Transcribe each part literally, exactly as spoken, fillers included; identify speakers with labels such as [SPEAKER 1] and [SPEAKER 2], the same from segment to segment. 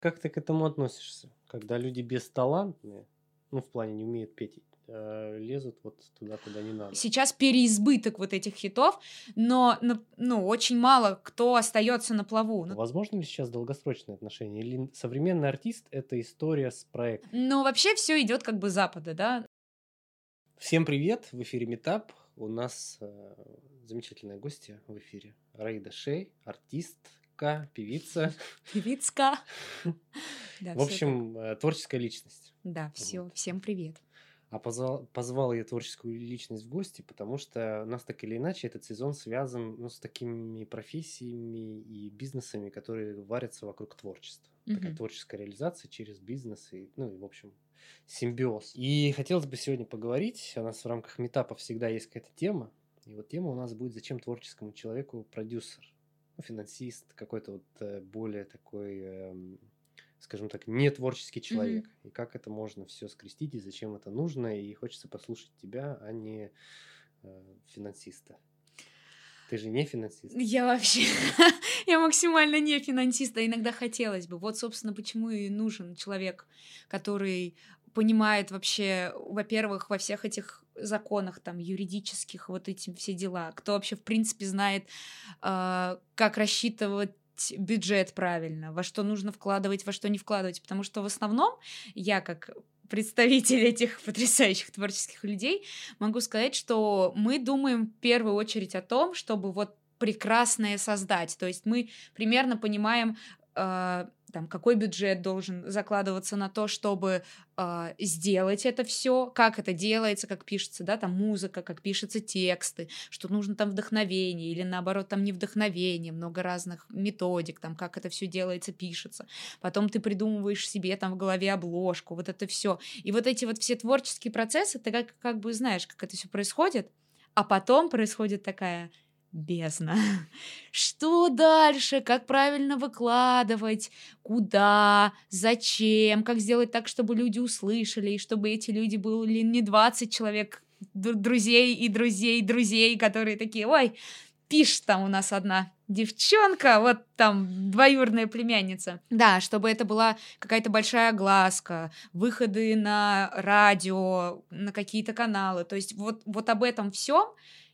[SPEAKER 1] Как ты к этому относишься? Когда люди бесталантные, ну, в плане не умеют петь, э, лезут вот туда, куда не надо.
[SPEAKER 2] Сейчас переизбыток вот этих хитов, но, нап- ну, очень мало кто остается на плаву. Ну,
[SPEAKER 1] Возможно ли сейчас долгосрочные отношения? Или современный артист — это история с проектом?
[SPEAKER 2] но вообще все идет как бы с запада, да.
[SPEAKER 1] Всем привет! В эфире Метап. У нас э, замечательная гостья в эфире. Раида Шей, артистка, певица.
[SPEAKER 2] Певицка. Да,
[SPEAKER 1] В
[SPEAKER 2] все так.
[SPEAKER 1] общем, э, творческая личность.
[SPEAKER 2] Да,
[SPEAKER 1] Вот.
[SPEAKER 2] все, всем привет.
[SPEAKER 1] А позвал, позвал я творческую личность в гости, потому что у нас так или иначе этот сезон связан, ну, с такими профессиями и бизнесами, которые варятся вокруг творчества. Такая
[SPEAKER 2] Мгм.
[SPEAKER 1] творческая реализация через бизнес и, ну, и, в общем, симбиоз. И хотелось бы сегодня поговорить. У нас в рамках метапа всегда есть какая-то тема. И вот тема у нас будет: зачем творческому человеку продюсер? Ну, финансист, какой-то вот э, более такой, эм, скажем так, не творческий человек.
[SPEAKER 2] Мгм.
[SPEAKER 1] И как это можно все скрестить, и зачем это нужно. И хочется послушать тебя, а не э, финансиста. Ты же не финансист.
[SPEAKER 2] Я вообще, я максимально не финансист, а иногда хотелось бы. Вот, собственно, почему и нужен человек, который понимает вообще, во-первых, во всех этих законах там юридических, вот эти все дела, кто вообще в принципе знает, а, как рассчитывать бюджет правильно, во что нужно вкладывать, во что не вкладывать, потому что в основном я как представитель этих потрясающих творческих людей могу сказать, что мы думаем в первую очередь о том, чтобы вот прекрасное создать. То есть мы примерно понимаем, а, там, какой бюджет должен закладываться на то, чтобы а, сделать это все, как это делается, как пишется, да, там музыка, как пишутся тексты, что нужно там вдохновение или наоборот там не вдохновение, много разных методик, там, как это все делается, пишется. Потом ты придумываешь себе там в голове обложку, вот это все. И вот эти вот все творческие процессы, ты как, как бы знаешь, как это все происходит, а потом происходит такая бездна. Что дальше? Как правильно выкладывать? Куда? Зачем? Как сделать так, чтобы люди услышали, и чтобы эти люди были не двадцать человек, д- друзей и друзей друзей, которые такие: ой, пишет там у нас одна девчонка, вот там двоюродная племянница. Да, чтобы это была какая-то большая огласка, выходы на радио, на какие-то каналы. То есть вот, вот об этом всем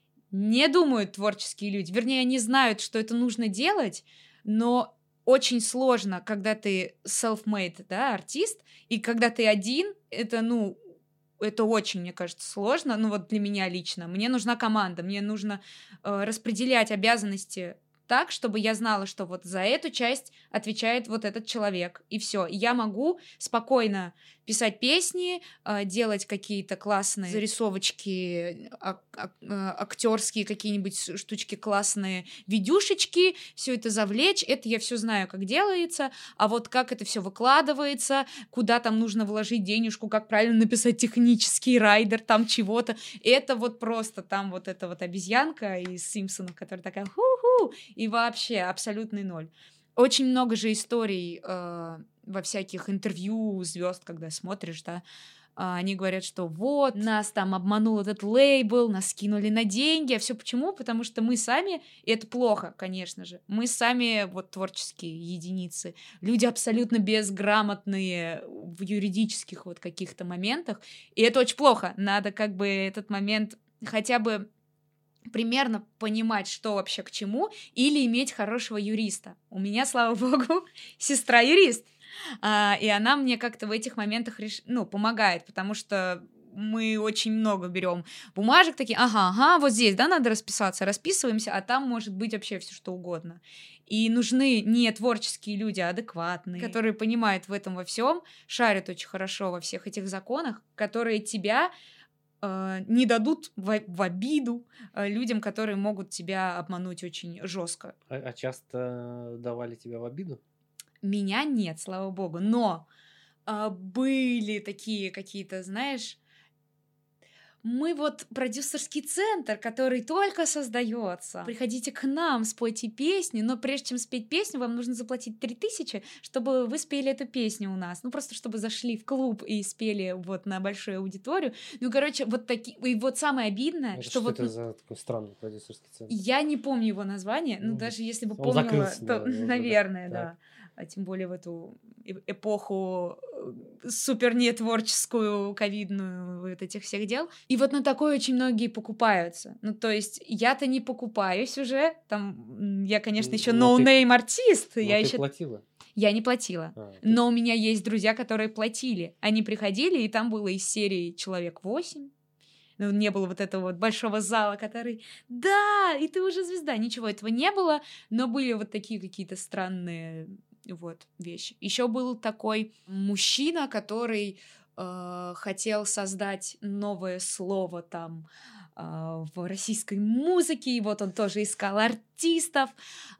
[SPEAKER 2] не думают творческие люди. Вернее, они знают, что это нужно делать, но очень сложно, когда ты self-made, да, артист, и когда ты один, это, ну, это очень, мне кажется, сложно. Ну, вот для меня лично. Мне нужна команда, мне нужно э, распределять обязанности так, чтобы я знала, что вот за эту часть отвечает вот этот человек, и все. Я могу спокойно писать песни, а, делать какие-то классные зарисовочки, ак- ак- э, актерские какие-нибудь с- штучки, классные видюшечки, все это завлечь, это я все знаю, как делается, а вот как это все выкладывается, куда там нужно вложить денежку, как правильно написать технический райдер там чего-то, это вот просто там вот эта вот обезьянка из «Симпсонов», которая такая ху-ху, и вообще абсолютный ноль. Очень много же историй э, во всяких интервью звезд, когда смотришь, да, а, они говорят, что вот, нас там обманул этот лейбл, нас кинули на деньги. А все почему? Потому что мы сами, и это плохо, конечно же, мы сами вот творческие единицы, люди абсолютно безграмотные в юридических вот каких-то моментах, и это очень плохо. Надо как бы этот момент хотя бы примерно понимать, что вообще к чему, или иметь хорошего юриста. У меня, слава богу, сестра юрист, а, и она мне как-то в этих моментах реш... ну, помогает, потому что мы очень много берем бумажек, такие, ага, ага, вот здесь, да, надо расписаться, расписываемся, а там может быть вообще все что угодно. И нужны не творческие люди, а адекватные, которые понимают в этом во всем, шарят очень хорошо во всех этих законах, которые тебя э, не дадут в, в обиду э, людям, которые могут тебя обмануть очень жестко.
[SPEAKER 1] А, а часто давали тебя в обиду?
[SPEAKER 2] Меня нет, слава богу, но а, были такие какие-то, знаешь, мы вот продюсерский центр, который только создается. Приходите к нам, спойте песню, но прежде чем спеть песню, вам нужно заплатить три тысячи, чтобы вы спели эту песню у нас. Ну, просто чтобы зашли в клуб и спели вот на большую аудиторию. Ну, короче, вот такие... И вот самое обидное,
[SPEAKER 1] Это
[SPEAKER 2] что
[SPEAKER 1] что
[SPEAKER 2] вот...
[SPEAKER 1] это
[SPEAKER 2] ну,
[SPEAKER 1] за такой странный продюсерский центр?
[SPEAKER 2] я не помню его название, но
[SPEAKER 1] Ну,
[SPEAKER 2] даже если бы
[SPEAKER 1] он
[SPEAKER 2] помнила,
[SPEAKER 1] закрылся,
[SPEAKER 2] то,
[SPEAKER 1] наверное, уже, да?
[SPEAKER 2] наверное,
[SPEAKER 1] Так.
[SPEAKER 2] да. а тем более в эту э- эпоху э, супер нетворческую, ковидную, вот этих всех дел. И вот на такое очень многие покупаются. Ну, то есть я-то не покупаюсь уже, там, м, я, конечно, еще
[SPEAKER 1] Но ты,
[SPEAKER 2] ноунейм артист,
[SPEAKER 1] но
[SPEAKER 2] я
[SPEAKER 1] ты
[SPEAKER 2] еще...
[SPEAKER 1] платила.
[SPEAKER 2] Я не платила.
[SPEAKER 1] А, ты-
[SPEAKER 2] Но у меня есть друзья, которые платили. Они приходили, и там было из серии человек восемь. Ну, не было вот этого вот большого зала, который «Да, и ты уже звезда». Ничего этого не было, но были вот такие какие-то странные вот вещи. Еще был такой мужчина, который э, хотел создать новое слово там э, в российской музыке, и вот он тоже искал артистов,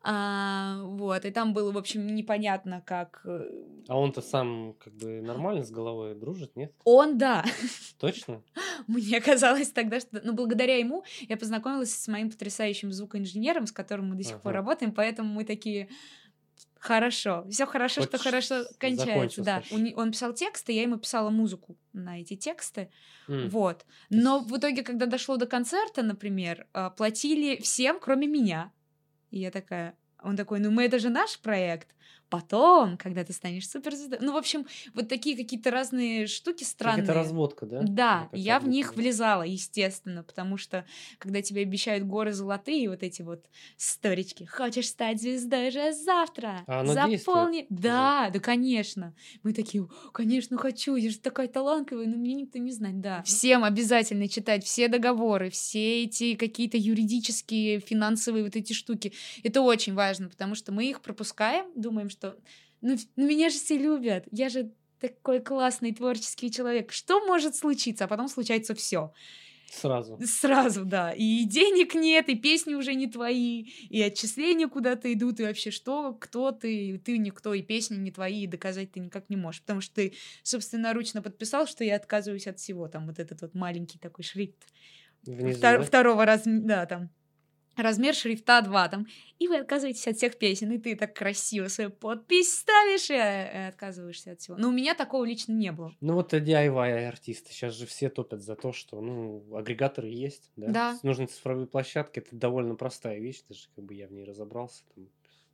[SPEAKER 2] а, вот, и там было, в общем, непонятно, как... э,
[SPEAKER 1] А он-то сам как бы нормально с головой дружит, нет?
[SPEAKER 2] Он, да,
[SPEAKER 1] Точно?
[SPEAKER 2] мне казалось тогда, что... Ну, благодаря ему я познакомилась с моим потрясающим звукоинженером, с которым мы до сих пор
[SPEAKER 1] Ага.
[SPEAKER 2] работаем, поэтому мы такие... Хорошо, все хорошо, что
[SPEAKER 1] Хоть
[SPEAKER 2] хорошо
[SPEAKER 1] ш-
[SPEAKER 2] кончается,
[SPEAKER 1] закончился
[SPEAKER 2] да.
[SPEAKER 1] ш-
[SPEAKER 2] У не- Он писал тексты, я ему писала музыку на эти тексты,
[SPEAKER 1] М,
[SPEAKER 2] вот.
[SPEAKER 1] то
[SPEAKER 2] Но
[SPEAKER 1] есть
[SPEAKER 2] в итоге, когда дошло до концерта, например, а, платили всем, кроме меня. И я такая... Он такой, ну мы, это же наш проект. Потом, когда ты станешь суперзвездой... Ну, в общем, вот такие какие-то разные штуки
[SPEAKER 1] какая-то
[SPEAKER 2] странные.
[SPEAKER 1] разводка, да?
[SPEAKER 2] Да,
[SPEAKER 1] Какая-то
[SPEAKER 2] я в
[SPEAKER 1] будто
[SPEAKER 2] них
[SPEAKER 1] бы.
[SPEAKER 2] влезала, естественно, потому что, когда тебе обещают горы золотые, вот эти вот сторички, хочешь стать звездой уже завтра,
[SPEAKER 1] А оно действует
[SPEAKER 2] заполни...
[SPEAKER 1] уже?
[SPEAKER 2] Да, да, конечно. Мы такие, «О, конечно, хочу, я же такая талантливая, но мне никто не знает, да. Всем обязательно читать все договоры, все эти какие-то юридические, финансовые вот эти штуки. Это очень важно, потому что мы их пропускаем, думаем, что ну, ф- ну меня же все любят, я же такой классный творческий человек. Что может случиться? А потом случается все.
[SPEAKER 1] Сразу.
[SPEAKER 2] Сразу, да. И денег нет, и песни уже не твои, и отчисления куда-то идут, и вообще что, кто ты, ты никто, и песни не твои, и доказать ты никак не можешь. Потому что ты собственноручно подписал, что я отказываюсь от всего. Там вот этот вот маленький такой шрифт
[SPEAKER 1] Внизу,
[SPEAKER 2] втор-
[SPEAKER 1] да?
[SPEAKER 2] второго размера, да, там. Размер шрифта два там. И вы отказываетесь от всех песен, и ты так красиво свою подпись ставишь и э, отказываешься от всего. Но у меня такого лично не было.
[SPEAKER 1] Ну вот ди ай вай-артисты. Сейчас же все топят за то, что, ну, агрегаторы есть, да?
[SPEAKER 2] Да,
[SPEAKER 1] С- Нужны цифровые площадки. Это довольно простая вещь, даже как бы я в ней разобрался. Там,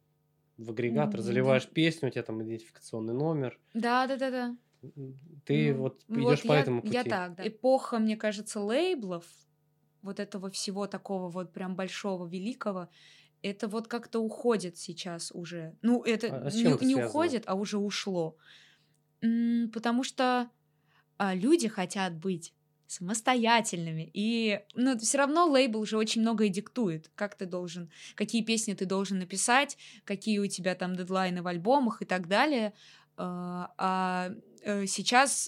[SPEAKER 1] в агрегатор
[SPEAKER 2] М,
[SPEAKER 1] заливаешь песню, у тебя там идентификационный номер.
[SPEAKER 2] да, да, да, да.
[SPEAKER 1] М, Ты
[SPEAKER 2] Ну,
[SPEAKER 1] вот
[SPEAKER 2] вот
[SPEAKER 1] идешь по
[SPEAKER 2] я,
[SPEAKER 1] этому
[SPEAKER 2] я
[SPEAKER 1] пути.
[SPEAKER 2] так, да. Эпоха, мне кажется, лейблов, вот этого всего такого вот прям большого, великого, это вот как-то уходит сейчас уже. Ну, это
[SPEAKER 1] А, а с
[SPEAKER 2] не,
[SPEAKER 1] чем это
[SPEAKER 2] не
[SPEAKER 1] связано?
[SPEAKER 2] уходит, а уже ушло. М, потому что а, люди хотят быть самостоятельными. И, ну, все равно лейбл уже очень многое диктует. Как ты должен, какие песни ты должен написать, какие у тебя там дедлайны в альбомах и так далее. А а, э, сейчас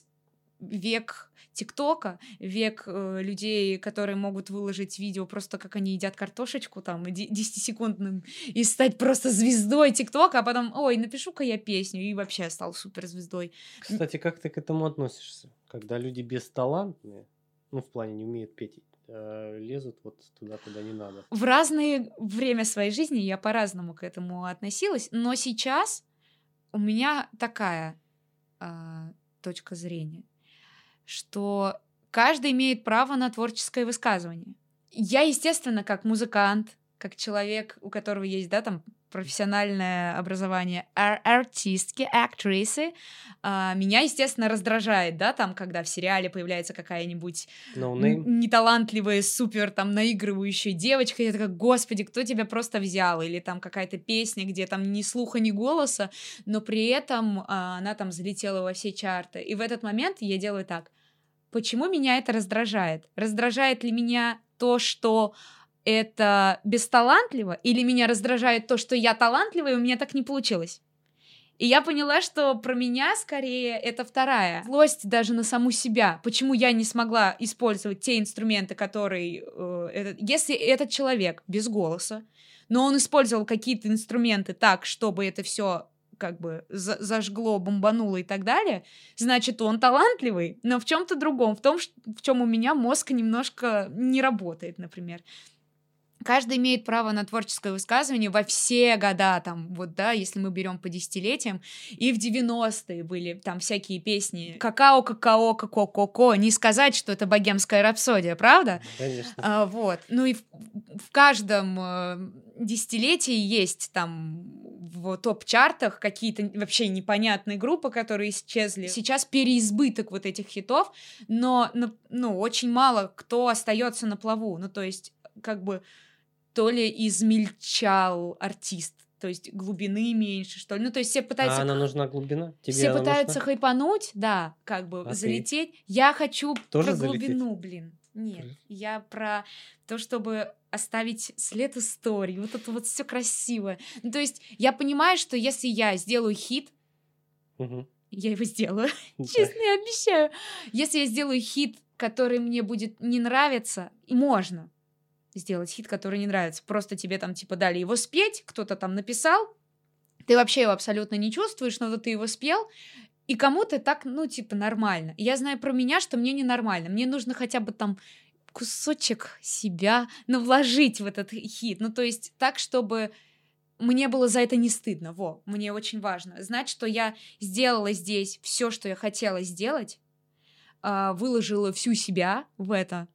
[SPEAKER 2] век ТикТока, век э, людей, которые могут выложить видео просто как они едят картошечку там и де- десятисекундным и стать просто звездой ТикТока, а потом, ой, напишу-ка я песню и вообще стал суперзвездой. Н-
[SPEAKER 1] Кстати, как ты к этому относишься? Когда люди бесталантные, ну, в плане не умеют петь, э, лезут вот туда, куда не надо.
[SPEAKER 2] В разное время своей жизни я по-разному к этому относилась, но сейчас у меня такая а, точка зрения, что каждый имеет право на творческое высказывание. Я, естественно, как музыкант, как человек, у которого есть, да, там, профессиональное образование, ар- артистки, актрисы, а, меня, естественно, раздражает, да, там, когда в сериале появляется какая-нибудь
[SPEAKER 1] No
[SPEAKER 2] н-
[SPEAKER 1] name?
[SPEAKER 2] неталантливая, супер, там, наигрывающая девочка, и я такая, господи, кто тебя просто взял? Или там какая-то песня, где там ни слуха, ни голоса, но при этом а, она там залетела во все чарты. И в этот момент я делаю так. Почему меня это раздражает? Раздражает ли меня то, что это бесталантливо, или меня раздражает то, что я талантливая, и у меня так не получилось? И я поняла, что про меня скорее это вторая. Злость даже на саму себя. Почему я не смогла использовать те инструменты, которые... э, этот- Если этот человек без голоса, но он использовал какие-то инструменты так, чтобы это все как бы за- зажгло, бомбануло и так далее, значит, он талантливый, но в чем-то другом, в том, ш- в чем у меня мозг немножко не работает, например. Каждый имеет право на творческое высказывание во все года, там, вот, да, если мы берем по десятилетиям, и в девяностые были там всякие песни «Какао, какао, ко-ко-ко-ко», не сказать, что это богемская рапсодия, правда?
[SPEAKER 1] Конечно.
[SPEAKER 2] А, вот, ну и в, в каждом э, десятилетии есть там в топ-чартах, какие-то вообще непонятные группы, которые исчезли. Сейчас переизбыток вот этих хитов, но, ну, очень мало кто остается на плаву. Ну, то есть, как бы, то ли измельчал артист, то есть глубины меньше, что ли. Ну, то есть все пытаются...
[SPEAKER 1] А она нужна глубина? Тебе
[SPEAKER 2] все
[SPEAKER 1] она
[SPEAKER 2] пытаются
[SPEAKER 1] нужна?
[SPEAKER 2] хайпануть, да, как бы
[SPEAKER 1] А ты?
[SPEAKER 2] залететь. Я хочу
[SPEAKER 1] Тоже
[SPEAKER 2] про
[SPEAKER 1] залететь?
[SPEAKER 2] глубину, блин. Нет, я про то, чтобы оставить след истории, вот это вот все красивое. Ну, то есть я понимаю, что если я сделаю хит,
[SPEAKER 1] Мгм.
[SPEAKER 2] я его сделаю,
[SPEAKER 1] Да.
[SPEAKER 2] честно, я обещаю. Если я сделаю хит, который мне будет не нравиться, и можно сделать хит, который не нравится, просто тебе там типа дали его спеть, кто-то там написал, ты вообще его абсолютно не чувствуешь, но вот ты его спел, и кому-то так, ну, типа, нормально. И я знаю про меня, что мне ненормально. Мне нужно хотя бы там кусочек себя, ну, вложить в этот хит. Ну, то есть так, чтобы мне было за это не стыдно. Во, мне очень важно знать, что я сделала здесь все, что я хотела сделать, а, выложила всю себя в это,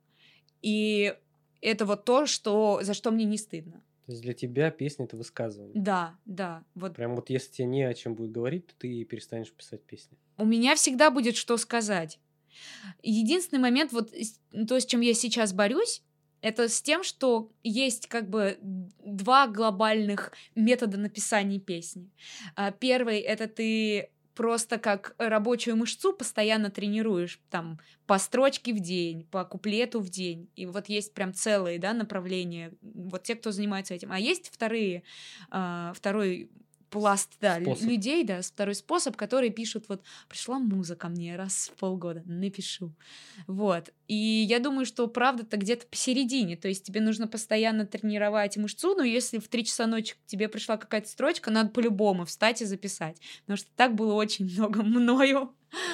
[SPEAKER 2] и это вот то, что, за что мне не стыдно.
[SPEAKER 1] То есть для тебя песня — это высказывание.
[SPEAKER 2] Да, да, вот.
[SPEAKER 1] Прям вот если тебе не о чем будет говорить, то ты перестанешь писать песни.
[SPEAKER 2] У меня всегда будет что сказать. Единственный момент, вот с- то, с чем я сейчас борюсь, это с тем, что есть как бы два глобальных метода написания песни. А, Первый — это ты просто как рабочую мышцу постоянно тренируешь, там, по строчке в день, по куплету в день. И вот есть прям целые, да, направления, вот те, кто занимается этим. А есть вторые, а, второй пласт, да, лю-
[SPEAKER 1] Способ.
[SPEAKER 2] людей, да, второй способ, которые пишут, вот, пришла муза ко мне раз в полгода, напишу. Вот. И я думаю, что правда-то где-то посередине. То есть тебе нужно постоянно тренировать мышцу, но если в три часа ночи к тебе пришла какая-то строчка, надо по-любому встать и записать. Потому что так было очень много мною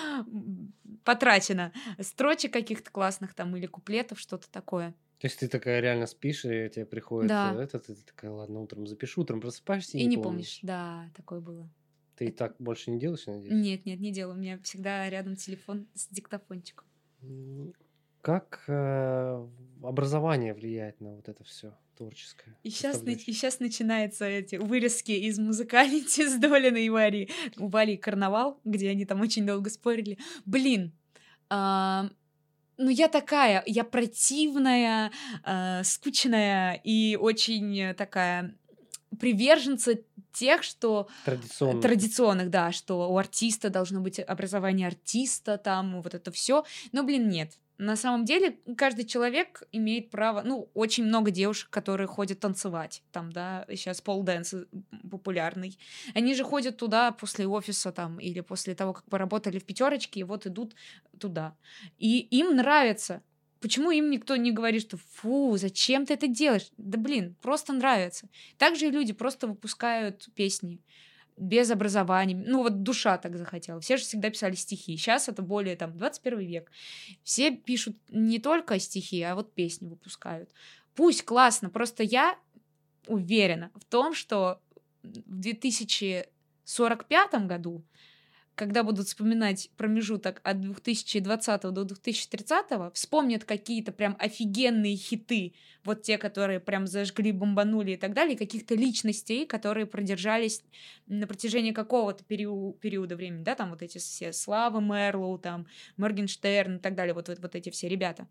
[SPEAKER 2] потрачено. Строчек каких-то классных там или куплетов, что-то такое.
[SPEAKER 1] То есть ты такая реально спишь, и тебе приходит
[SPEAKER 2] Да.
[SPEAKER 1] э, это, ты такая, ладно, утром запишу, утром просыпаешься и,
[SPEAKER 2] И
[SPEAKER 1] не
[SPEAKER 2] не помнишь.
[SPEAKER 1] помнишь.
[SPEAKER 2] Да, такое было.
[SPEAKER 1] Ты и так больше не делаешь, я надеюсь?
[SPEAKER 2] Нет, нет, не делаю. У меня всегда рядом телефон с диктофончиком.
[SPEAKER 1] М, Как э, образование влияет на вот это все творческое
[SPEAKER 2] И сейчас, и
[SPEAKER 1] составляющее?
[SPEAKER 2] сейчас начинаются эти вырезки из музыкалити с Долиной и Варей. У Вали карнавал, где они там очень долго спорили. Блин, а, ну я такая, я противная, а, скучная и очень э, такая приверженца тех, что э,
[SPEAKER 1] Традиционных.
[SPEAKER 2] традиционных, да, что у артиста должно быть образование артиста, там вот это все. Но, блин, нет. На самом деле каждый человек имеет право, ну, очень много девушек, которые ходят танцевать, там, да, сейчас пол-дэнс э, популярный. Они же ходят туда после офиса там или после того, как поработали в пятерочке, и вот идут туда. И им нравится. Почему им никто не говорит, что фу, зачем ты это делаешь? Да блин, просто нравится. Также и люди просто выпускают песни без образования. Ну вот душа так захотела. Все же всегда писали стихи. Сейчас это более там двадцать первый век. Все пишут не только стихи, а вот песни выпускают. Пусть классно, просто я уверена в том, что в две тысячи сорок пятом году, когда будут вспоминать промежуток от две тысячи двадцатого до две тысячи тридцатого, вспомнят какие-то прям офигенные хиты, вот те, которые прям зажгли, бомбанули и так далее, и каких-то личностей, которые продержались на протяжении какого-то перио- периода времени, да, там вот эти все Слава Мерлоу, там Моргенштерн и так далее, вот, вот, вот эти все ребята.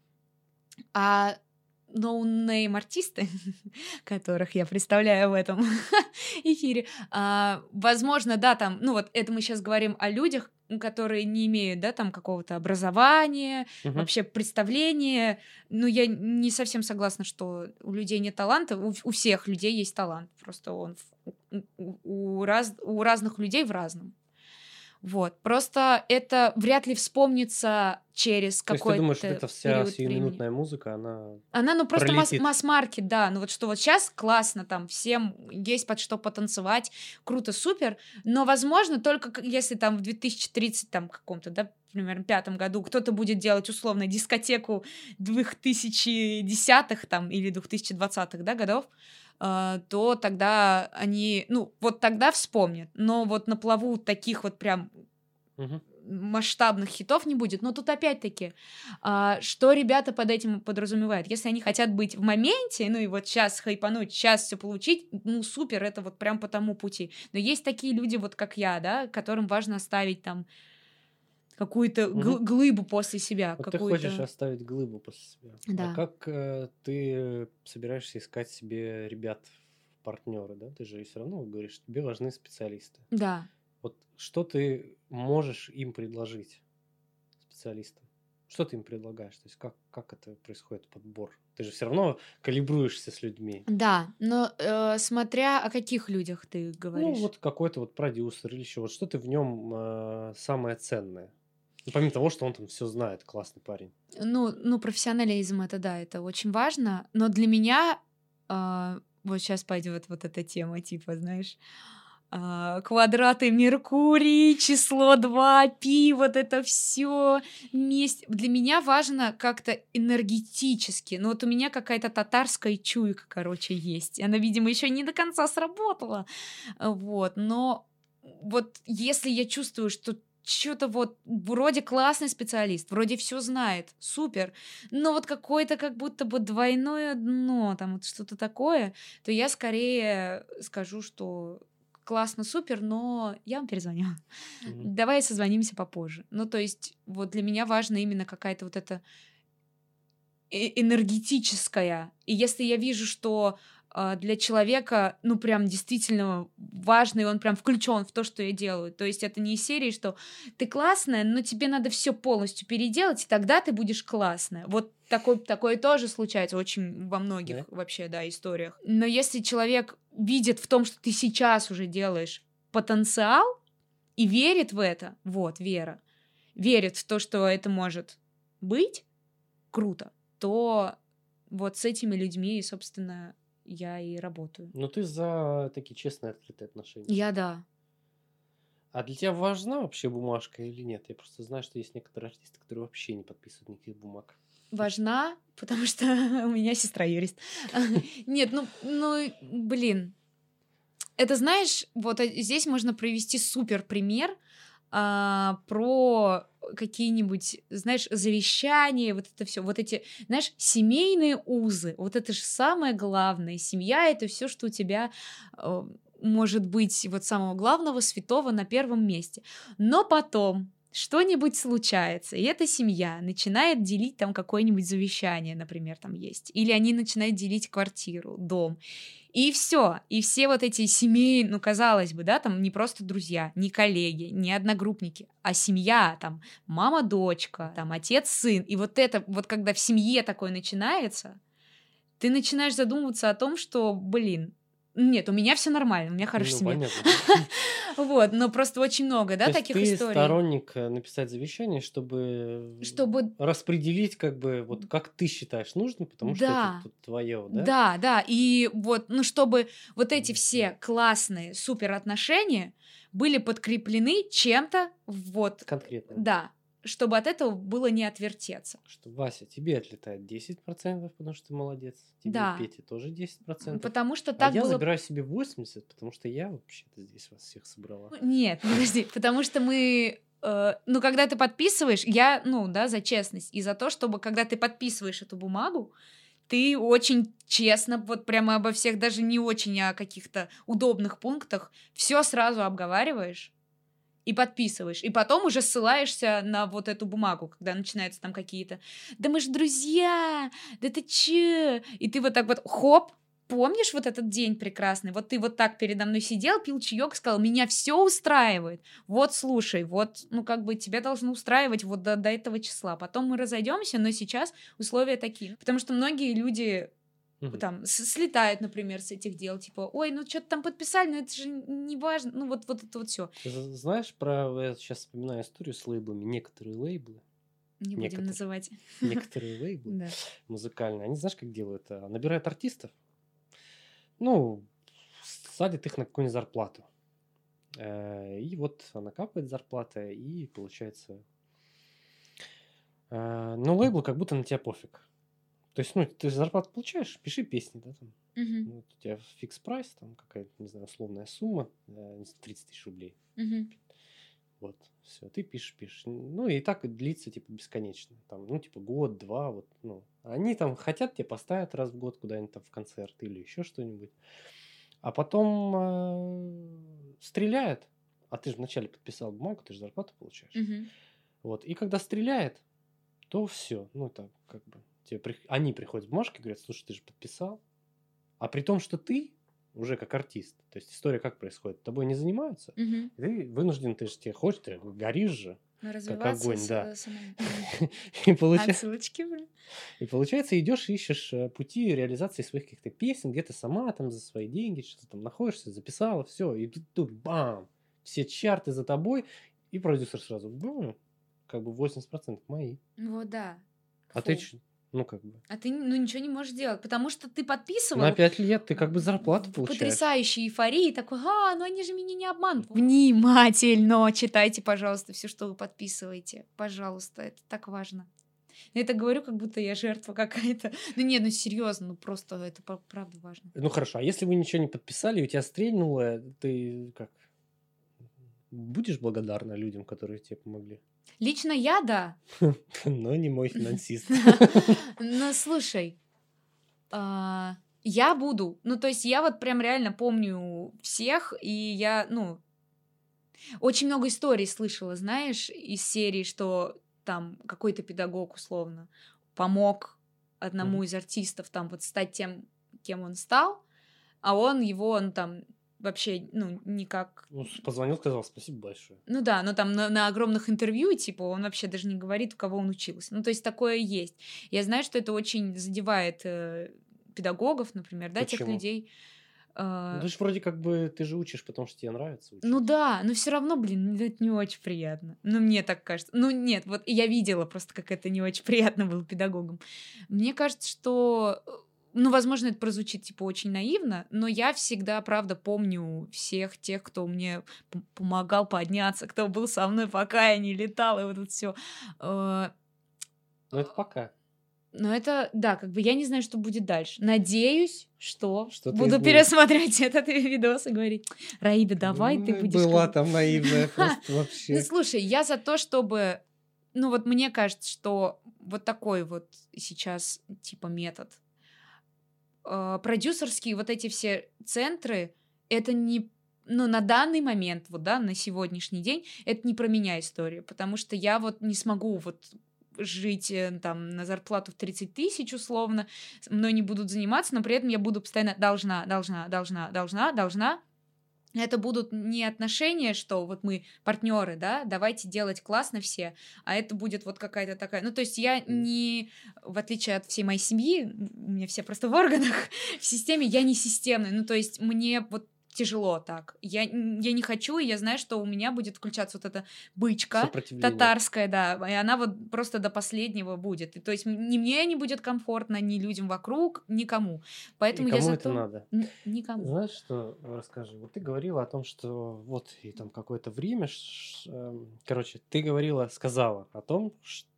[SPEAKER 2] А ноунейм артисты, которых я представляю в этом эфире, а, возможно, да, там, ну вот это мы сейчас говорим о людях, которые не имеют, да, там какого-то образования,
[SPEAKER 1] Мгм.
[SPEAKER 2] вообще представления. Ну, я не совсем согласна, что у людей нет таланта. У, у всех людей есть талант. Просто он в- у, у- у раз, у разных людей в разном. Вот. Просто это вряд ли вспомнится через
[SPEAKER 1] То есть ты думаешь, что
[SPEAKER 2] какой-то
[SPEAKER 1] эта вся
[SPEAKER 2] период времени.
[SPEAKER 1] сиюминутная музыка, она
[SPEAKER 2] Она, ну, просто масс-
[SPEAKER 1] пролетит?
[SPEAKER 2] масс-маркет, да. Ну, вот что вот сейчас классно, там, всем есть под что потанцевать, круто, супер, но, возможно, только к- если там в две тысячи тридцатом, там, каком-то, да, примерно, пятом году кто-то будет делать, условно, дискотеку двухтысячных там, или двухтысячных да, годов, а, то тогда они, ну, вот тогда вспомнят. Но вот на плаву таких вот прям
[SPEAKER 1] Мгм.
[SPEAKER 2] масштабных хитов не будет. Но тут опять-таки, а, что ребята под этим подразумевают? Если они хотят быть в моменте, ну и вот сейчас хайпануть, сейчас все получить, ну супер, это вот прям по тому пути. Но есть такие люди, вот как я, да, которым важно оставить там какую-то гл-
[SPEAKER 1] Мгм.
[SPEAKER 2] глыбу после себя,
[SPEAKER 1] Вот ты хочешь
[SPEAKER 2] какую-то...
[SPEAKER 1] оставить глыбу после себя. А
[SPEAKER 2] Да,
[SPEAKER 1] как э, ты собираешься искать себе ребят в партнеры, да? Ты же все равно говоришь, что тебе важны специалисты.
[SPEAKER 2] да.
[SPEAKER 1] Вот что ты можешь им предложить, специалистам? Что ты им предлагаешь? То есть как, как это происходит, подбор? Ты же все равно калибруешься с людьми.
[SPEAKER 2] Да, но э, смотря о каких людях ты
[SPEAKER 1] Ну,
[SPEAKER 2] говоришь.
[SPEAKER 1] вот какой-то вот продюсер или еще. Вот что ты в нем э, самое ценное? Ну, помимо того, что он там все знает, классный парень.
[SPEAKER 2] Ну, ну, профессионализм это да, это очень важно. Но для меня а, вот сейчас пойдет вот эта тема, типа, знаешь, а, квадраты Меркурий, число два, пи, вот это все вместе. Для меня важно как-то энергетически. Ну, вот у меня какая-то татарская чуйка, короче, есть. Она, видимо, еще не до конца сработала. А, Вот, но вот если я чувствую, что что-то вот вроде классный специалист, вроде все знает, супер, но вот какое-то как будто бы двойное дно, там вот что-то такое, то я скорее скажу, что классно, супер, но я вам перезвоню.
[SPEAKER 1] Мгм.
[SPEAKER 2] Давай созвонимся попозже. Ну, то есть вот для меня важно именно какая-то вот эта э- энергетическая. И если я вижу, что а, для человека, ну, прям действительно важно, и он прям включен в то, что я делаю. То есть это не из серии, что ты классная, но тебе надо все полностью переделать, и тогда ты будешь классная. Вот такое, такое тоже случается очень во многих
[SPEAKER 1] Да?
[SPEAKER 2] вообще, да, историях. Но если человек видит в том, что ты сейчас уже делаешь, потенциал и верит в это, вот, вера, верит в то, что это может быть круто, то вот с этими людьми, собственно, я и работаю.
[SPEAKER 1] Ну, ты за такие честные, открытые отношения.
[SPEAKER 2] Я да.
[SPEAKER 1] А для тебя важна вообще бумажка или нет? Я просто знаю, что есть некоторые артисты, которые вообще не подписывают никаких бумаг.
[SPEAKER 2] Важна, потому что у меня сестра юрист. Нет, ну, ну, блин. Это, знаешь, вот э, здесь можно привести супер пример а, про какие-нибудь, знаешь, завещания, вот это все, вот эти, знаешь, семейные узы, вот это же самое главное. Семья — это все, что у тебя э, может быть вот самого главного, святого на первом месте. Но потом что-нибудь случается, и эта семья начинает делить там какое-нибудь завещание, например, там есть, или они начинают делить квартиру, дом, и все, и все вот эти семьи, ну, казалось бы, да, там не просто друзья, не коллеги, не одногруппники, а семья, там, мама-дочка, там, отец-сын. И вот это, вот когда в семье такое начинается, ты начинаешь задумываться о том, что, блин, нет, у меня все нормально, у меня хорошая
[SPEAKER 1] Ну,
[SPEAKER 2] семья.
[SPEAKER 1] понятно, да.
[SPEAKER 2] Вот, но просто очень много, да,
[SPEAKER 1] То есть
[SPEAKER 2] таких
[SPEAKER 1] ты
[SPEAKER 2] историй.
[SPEAKER 1] сторонник э, написать завещание, чтобы
[SPEAKER 2] Чтобы,
[SPEAKER 1] распределить, как бы, вот как ты считаешь нужным, потому что это
[SPEAKER 2] да,
[SPEAKER 1] тут твое, да?
[SPEAKER 2] да, да, и вот, ну, чтобы вот эти все классные супер отношения были подкреплены чем-то, вот,
[SPEAKER 1] Конкретно.
[SPEAKER 2] да, чтобы от этого было не отвертеться.
[SPEAKER 1] Что, Вася, тебе отлетает десять процентов, потому что ты молодец. Тебе,
[SPEAKER 2] Да.
[SPEAKER 1] Пете, тоже десять процентов.
[SPEAKER 2] Потому что
[SPEAKER 1] А
[SPEAKER 2] так
[SPEAKER 1] я
[SPEAKER 2] было...
[SPEAKER 1] забираю себе восемьдесят, потому что я вообще-то здесь вас всех собрала.
[SPEAKER 2] Ну, Нет, подожди, потому что мы... э, ну, когда ты подписываешь, я, ну, да, за честность и за то, чтобы, когда ты подписываешь эту бумагу, ты очень честно, вот прямо обо всех, даже не очень о каких-то удобных пунктах, все сразу обговариваешь и подписываешь. И потом уже ссылаешься на вот эту бумагу, когда начинаются там какие-то «Да мы же друзья! Да ты чё?» И ты вот так вот хоп, помнишь вот этот день прекрасный? Вот ты вот так передо мной сидел, пил чаек, сказал, меня все устраивает. Вот слушай, вот, ну как бы тебя должно устраивать вот до, до этого числа. Потом мы разойдемся, но сейчас условия такие. Потому что многие люди
[SPEAKER 1] Мгм.
[SPEAKER 2] там с- слетают, например, с этих дел, типа, ой, ну что-то там подписали, но это же не важно, ну вот, вот это вот все.
[SPEAKER 1] Ты з- знаешь про... Я сейчас вспоминаю историю с лейблами. Некоторые лейблы,
[SPEAKER 2] Не будем
[SPEAKER 1] Некоторые.
[SPEAKER 2] называть.
[SPEAKER 1] некоторые лейблы
[SPEAKER 2] Да.
[SPEAKER 1] музыкальные, они знаешь, как делают? А, Набирают артистов, ну, садят их на какую-нибудь зарплату. Э, И вот она капает зарплата, и получается... э, Ну, лейблу как будто на тебя пофиг. То есть, ну, ты зарплату получаешь, пиши песни, да, там.
[SPEAKER 2] Мгм.
[SPEAKER 1] Ну, вот у тебя фикс прайс, там какая-то, не знаю, условная сумма, э, не знаю, тридцать тысяч рублей.
[SPEAKER 2] Мгм.
[SPEAKER 1] Вот, все, ты пишешь, пишешь. Ну, и так длится, типа, бесконечно. Там, ну, типа, год, два, вот, ну. Они там хотят, тебе поставят раз в год куда-нибудь там в концерт или еще что-нибудь. А потом э, стреляет. А ты же вначале подписал бумагу, ты же зарплату получаешь.
[SPEAKER 2] Мгм.
[SPEAKER 1] Вот, и когда стреляет, то все, ну, там, как бы, тебе при- они приходят с бумажкой и говорят, слушай, ты же подписал. А при том, что ты уже как артист, то есть история как происходит, тобой не занимаются,
[SPEAKER 2] Мгм.
[SPEAKER 1] ты вынужден, ты же тебе хочешь, ты горишь же,
[SPEAKER 2] Ну,
[SPEAKER 1] как
[SPEAKER 2] развиваться
[SPEAKER 1] огонь,
[SPEAKER 2] с,
[SPEAKER 1] да.
[SPEAKER 2] э, самому. Мгм.
[SPEAKER 1] И, получа-
[SPEAKER 2] Отсылочки, блин.
[SPEAKER 1] и получается, идешь, ищешь э, пути реализации своих каких-то песен, где-то сама там за свои деньги что-то там находишься, записала, все, и тут, тут бам, все чарты за тобой, и продюсер сразу, бум, как бы восемьдесят процентов мои.
[SPEAKER 2] Вот, да.
[SPEAKER 1] А ты
[SPEAKER 2] Фу.
[SPEAKER 1] чё? Ну, как бы.
[SPEAKER 2] А ты ну, ничего не можешь делать, потому что ты
[SPEAKER 1] На
[SPEAKER 2] подписывал
[SPEAKER 1] пять лет ты как бы зарплату
[SPEAKER 2] в
[SPEAKER 1] получаешь.
[SPEAKER 2] потрясающей эйфории, такой, а, ну они же меня не обманут. Внимательно читайте, пожалуйста, все, что вы подписываете. Пожалуйста, это так важно. Я это говорю, как будто я жертва какая-то. Ну нет, ну серьезно, ну просто это пра- правда важно.
[SPEAKER 1] Ну хорошо, а если вы ничего не подписали, и у тебя стрельнуло, ты как? Будешь благодарна людям, которые тебе помогли?
[SPEAKER 2] Лично я, да.
[SPEAKER 1] Но не мой финансист.
[SPEAKER 2] Ну, слушай, а, я буду. Ну, то есть я вот прям реально помню всех, и я, ну, очень много историй слышала, знаешь, из серии, что там какой-то педагог условно помог одному
[SPEAKER 1] Мгм.
[SPEAKER 2] из артистов там вот стать тем, кем он стал, а он его, ну там вообще, ну, никак...
[SPEAKER 1] Ну, с- позвонил, сказал спасибо большое.
[SPEAKER 2] Ну да, ну там на, на огромных интервью, типа, он вообще даже не говорит, у кого он учился. Ну, то есть такое есть. Я знаю, что это очень задевает э, педагогов, например, да, тех
[SPEAKER 1] Почему?
[SPEAKER 2] людей.
[SPEAKER 1] Ну,
[SPEAKER 2] э,
[SPEAKER 1] ты же вроде как бы, ты же учишь, потому что тебе нравится
[SPEAKER 2] Ну
[SPEAKER 1] учить.
[SPEAKER 2] да, но все равно, блин, это не очень приятно. Ну, мне так кажется. Ну, нет, вот я видела просто, как это не очень приятно было педагогам. Мне кажется, что, э, ну, возможно, это прозвучит, типа, очень наивно, но я всегда, правда, помню всех тех, кто мне п- помогал подняться, кто был со мной, пока я не летала, и вот это все.
[SPEAKER 1] Но это пока.
[SPEAKER 2] Но это, да, как бы я не знаю, что будет дальше. Надеюсь, что
[SPEAKER 1] Что-то и
[SPEAKER 2] буду
[SPEAKER 1] будет.
[SPEAKER 2] пересматривать этот видос и говорить, Раида, давай ты
[SPEAKER 1] Ой,
[SPEAKER 2] будешь...
[SPEAKER 1] была
[SPEAKER 2] как-
[SPEAKER 1] там наивная просто
[SPEAKER 2] Ну,
[SPEAKER 1] вообще.
[SPEAKER 2] слушай, я за то, чтобы... Ну, вот мне кажется, что вот такой вот сейчас типа метод. э, Продюсерские вот эти все центры, это не... Ну, на данный момент, вот, да, на сегодняшний день, это не про меня история, потому что я вот не смогу вот жить э, там на зарплату в тридцать тысяч условно, с- мной не будут заниматься, но при этом я буду постоянно должна, должна, должна, должна, должна. Это будут не отношения, что вот мы партнеры, да, давайте делать классно все, а это будет вот какая-то такая... Ну, то есть я
[SPEAKER 1] Мгм.
[SPEAKER 2] не, в отличие от всей моей семьи, м, у меня все просто в органах, в системе, я не системный. Ну, то есть мне вот тяжело так. Я, н- я не хочу, и я знаю, что у меня будет включаться вот эта бычка
[SPEAKER 1] Сопротивление.
[SPEAKER 2] татарская, да, и она вот просто до последнего будет. И то есть м- ни мне не будет комфортно, ни людям вокруг, никому.
[SPEAKER 1] И
[SPEAKER 2] Поэтому я
[SPEAKER 1] кому
[SPEAKER 2] за
[SPEAKER 1] это
[SPEAKER 2] то...
[SPEAKER 1] надо?
[SPEAKER 2] Н- Никому.
[SPEAKER 1] Знаешь что, расскажи. Вот ты говорила о том, что вот и там какое-то время, ш- эм, короче, ты говорила, сказала о том,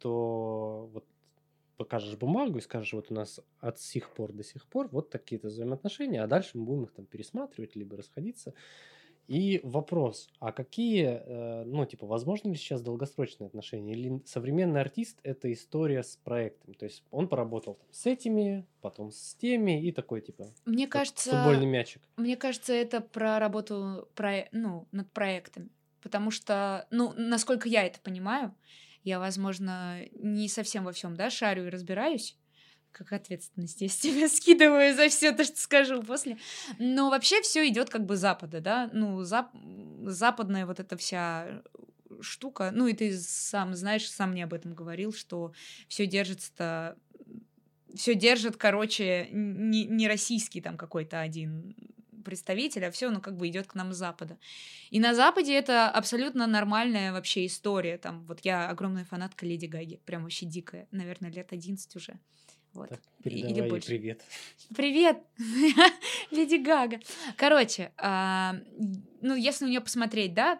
[SPEAKER 1] что вот покажешь бумагу и скажешь, вот у нас от сих пор до сих пор вот такие-то взаимоотношения, а дальше мы будем их там пересматривать, либо расходиться. И вопрос, а какие, э, ну, типа, возможно ли сейчас долгосрочные отношения? Или современный артист– это история с проектами? То есть он поработал там с этими, потом с теми, и такой, типа,
[SPEAKER 2] Мне
[SPEAKER 1] как
[SPEAKER 2] кажется,
[SPEAKER 1] футбольный мячик.
[SPEAKER 2] Мне кажется, это про работу про, ну, над проектами. Потому что, ну, насколько я это понимаю, я, возможно, не совсем во всем, да, шарю и разбираюсь. Как ответственность я с тебя скидываю за все то, что скажу после. Но вообще все идет как бы с Запада, да. Ну, зап- западная вот эта вся штука. Ну, и ты сам знаешь, сам мне об этом говорил, что все держится-то все держит, короче, не, не российский там какой-то один представитель, а все, ну, как бы идет к нам с Запада. И на Западе это абсолютно нормальная вообще история. Там, вот я огромная фанатка Леди Гаги, прям вообще дикая, наверное, лет одиннадцать уже. Вот.
[SPEAKER 1] Так,
[SPEAKER 2] И- Или
[SPEAKER 1] передавай ей
[SPEAKER 2] больше.
[SPEAKER 1] привет.
[SPEAKER 2] Привет, Леди Гага. Короче, а, ну, если у нее посмотреть, да,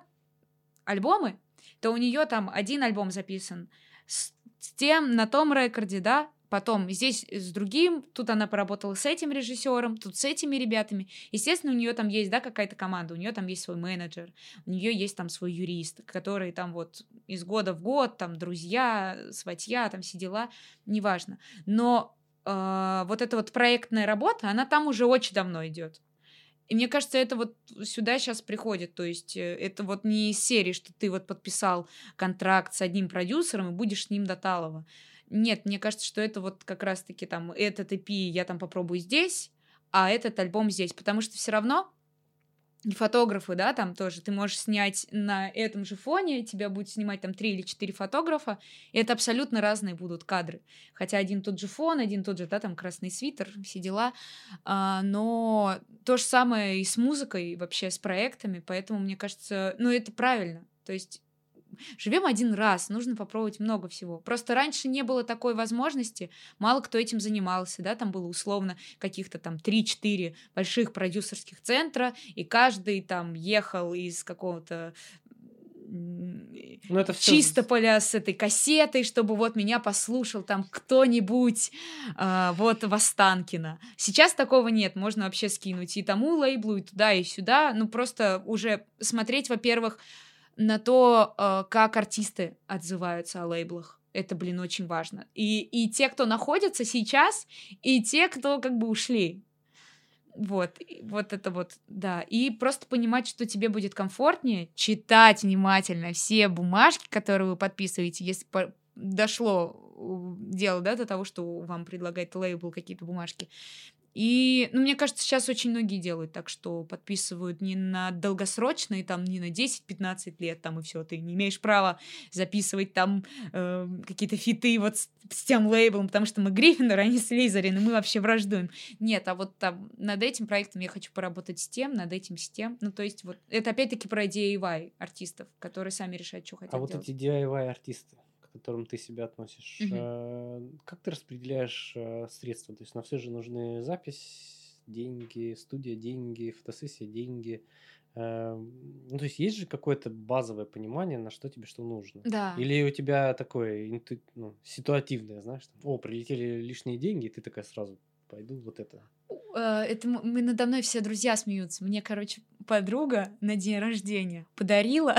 [SPEAKER 2] альбомы, то у нее там один альбом записан с, с тем на том рекорде, да, потом здесь с другим, тут она поработала с этим режиссером, тут с этими ребятами. Естественно, у нее там есть, да, какая-то команда, у нее там есть свой менеджер, у нее есть там свой юрист, который там вот из года в год, там, друзья, сватья, там, все дела, неважно. Но э, вот эта вот проектная работа, она там уже очень давно идет. И мне кажется, это вот сюда сейчас приходит. То есть э, это вот не из серии, что ты вот подписал контракт с одним продюсером и будешь с ним до талого. Нет, мне кажется, что это вот как раз-таки там этот и пи я там попробую здесь, а этот альбом здесь. Потому что все равно и фотографы, да, там тоже. Ты можешь снять на этом же фоне, тебя будет снимать там три или четыре фотографа, и это абсолютно разные будут кадры. Хотя один тот же фон, один тот же, да, там красный свитер, все дела. А, но то же самое и с музыкой, вообще с проектами, поэтому, мне кажется, ну, это правильно. То есть живем один раз, нужно попробовать много всего. Просто раньше не было такой возможности, мало кто этим занимался, да, там было условно каких-то там три-четыре больших продюсерских центра, и каждый там ехал из какого-то
[SPEAKER 1] Ну, это всё з
[SPEAKER 2] Чистополя с этой кассетой, чтобы вот меня послушал там кто-нибудь, а, вот в Останкино. Сейчас такого нет, можно вообще скинуть и тому лейблу, и туда, и сюда. Ну, просто уже смотреть, во-первых, на то, э, как артисты отзываются о лейблах. Это, блин, очень важно. И, и те, кто находится сейчас, и те, кто как бы ушли. Вот, и вот это вот, да. И просто понимать, что тебе будет комфортнее, читать внимательно все бумажки, которые вы подписываете, если по- дошло у- дело, да, до того, что вам предлагает лейбл какие-то бумажки. И, ну, мне кажется, сейчас очень многие делают так, что подписывают не на долгосрочные, там, не на десять-пятнадцать лет, там, и все, ты не имеешь права записывать там э, какие-то фиты вот с, с тем лейблом, потому что мы Гриффиндор, а не Слизерин, и мы вообще враждуем. Нет, а вот там над этим проектом я хочу поработать с тем, над этим с тем. Ну, то есть вот это опять-таки про ди ай вай артистов, которые сами решают, что хотят
[SPEAKER 1] А вот
[SPEAKER 2] делать.
[SPEAKER 1] эти ди ай вай-артисты, к которым ты себя относишь,
[SPEAKER 2] Мгм.
[SPEAKER 1] э, как ты распределяешь э, средства? То есть на все же нужны запись, деньги, студия, деньги, фотосессия, деньги. Эм, Ну, то есть есть же какое-то базовое понимание, на что тебе что нужно?
[SPEAKER 2] Да.
[SPEAKER 1] Или у тебя такое инту- ну, ситуативное, знаешь, там, о, прилетели лишние деньги, и ты такая сразу пойду вот это.
[SPEAKER 2] Э, Это м- мы надо мной все друзья смеются. Мне, короче, подруга на день рождения подарила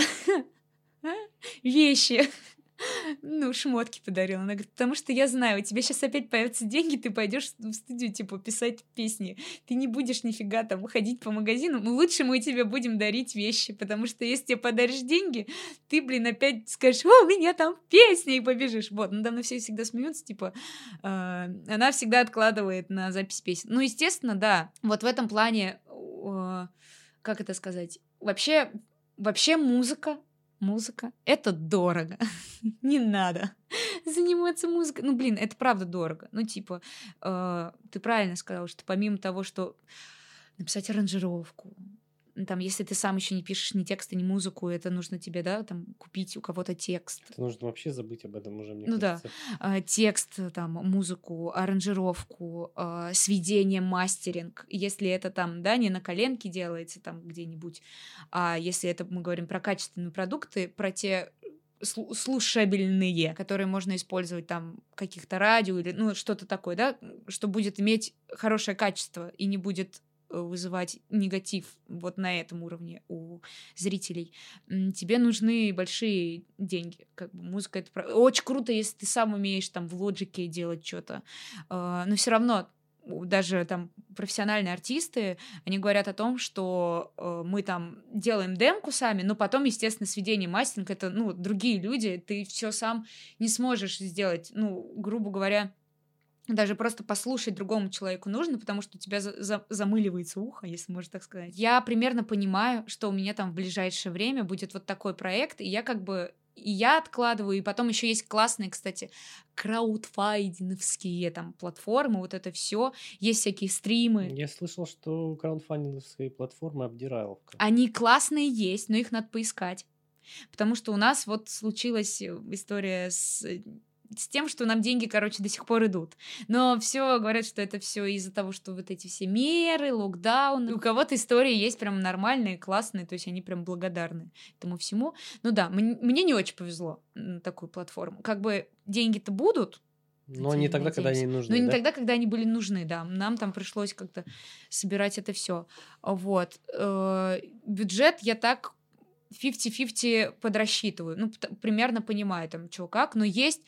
[SPEAKER 2] вещи. Ну, шмотки подарила. Она говорит, потому что я знаю, у тебя сейчас опять появятся деньги, ты пойдешь в студию, типа, писать песни. Ты не будешь нифига там ходить по магазинам. Лучше мы тебе будем дарить вещи, потому что если тебе подаришь деньги, ты, блин, опять скажешь, о, у меня там песни, и побежишь. Вот, надо мной все всегда смеются, типа, э, она всегда откладывает на запись песен. Ну, естественно, да. Вот в этом плане, э, как это сказать, вообще, вообще музыка, музыка, это дорого. Не надо заниматься музыкой. Ну, блин, это правда дорого. Ну, типа, э, ты правильно сказал, что помимо того, что написать аранжировку, ну, там, если ты сам еще не пишешь ни тексты, ни музыку, это нужно тебе, да, там, купить у кого-то текст.
[SPEAKER 1] Это нужно вообще забыть об этом уже, мне
[SPEAKER 2] Ну да,
[SPEAKER 1] кажется.
[SPEAKER 2] а, текст, э, там, музыку, аранжировку, а, сведение, мастеринг. Если это там, да, не на коленке делается там где-нибудь, а если это мы говорим про качественные продукты, про те слу- слушабельные, которые можно использовать там в каких-то радио или ну что-то такое, да, что будет иметь хорошее качество и не будет э, вызывать негатив вот на этом уровне у зрителей. М, Тебе нужны большие деньги. Как бы музыка это про- очень круто, если ты сам умеешь там в лоджике делать что-то. А, Но все равно у- даже там профессиональные артисты, они говорят о том, что э, мы там делаем демку сами, но потом, естественно, сведение, мастеринг — это, ну, другие люди, ты все сам не сможешь сделать, ну, грубо говоря, даже просто послушать другому человеку нужно, потому что у тебя за- за- замыливается ухо, если можно так сказать. Я примерно понимаю, что у меня там в ближайшее время будет вот такой проект, и я как бы и я откладываю, и потом еще есть классные, кстати, краудфандинговские там платформы, вот это все, есть всякие стримы.
[SPEAKER 1] Я слышал, что краундфандинговские платформы обдираловка.
[SPEAKER 2] Они классные есть, но их надо поискать. Потому что у нас вот случилась э, история с, э, с тем, что нам деньги, короче, до сих пор идут. Но все говорят, что это все из-за того, что вот эти все меры, локдауны. У кого-то истории есть прям нормальные, классные, то есть они прям благодарны этому всему. Ну да, мн- мне не очень повезло на такую платформу. Как бы деньги-то будут,
[SPEAKER 1] Но не
[SPEAKER 2] Хотя,
[SPEAKER 1] тогда, когда они
[SPEAKER 2] надеемся. Но
[SPEAKER 1] нужны,
[SPEAKER 2] не
[SPEAKER 1] да?
[SPEAKER 2] тогда, когда они были нужны, да. Нам там пришлось как-то собирать это все. Вот. Э, Бюджет я так пятьдесят на пятьдесят подрасчитываю. Ну, пт- примерно понимаю там, чё как. Но есть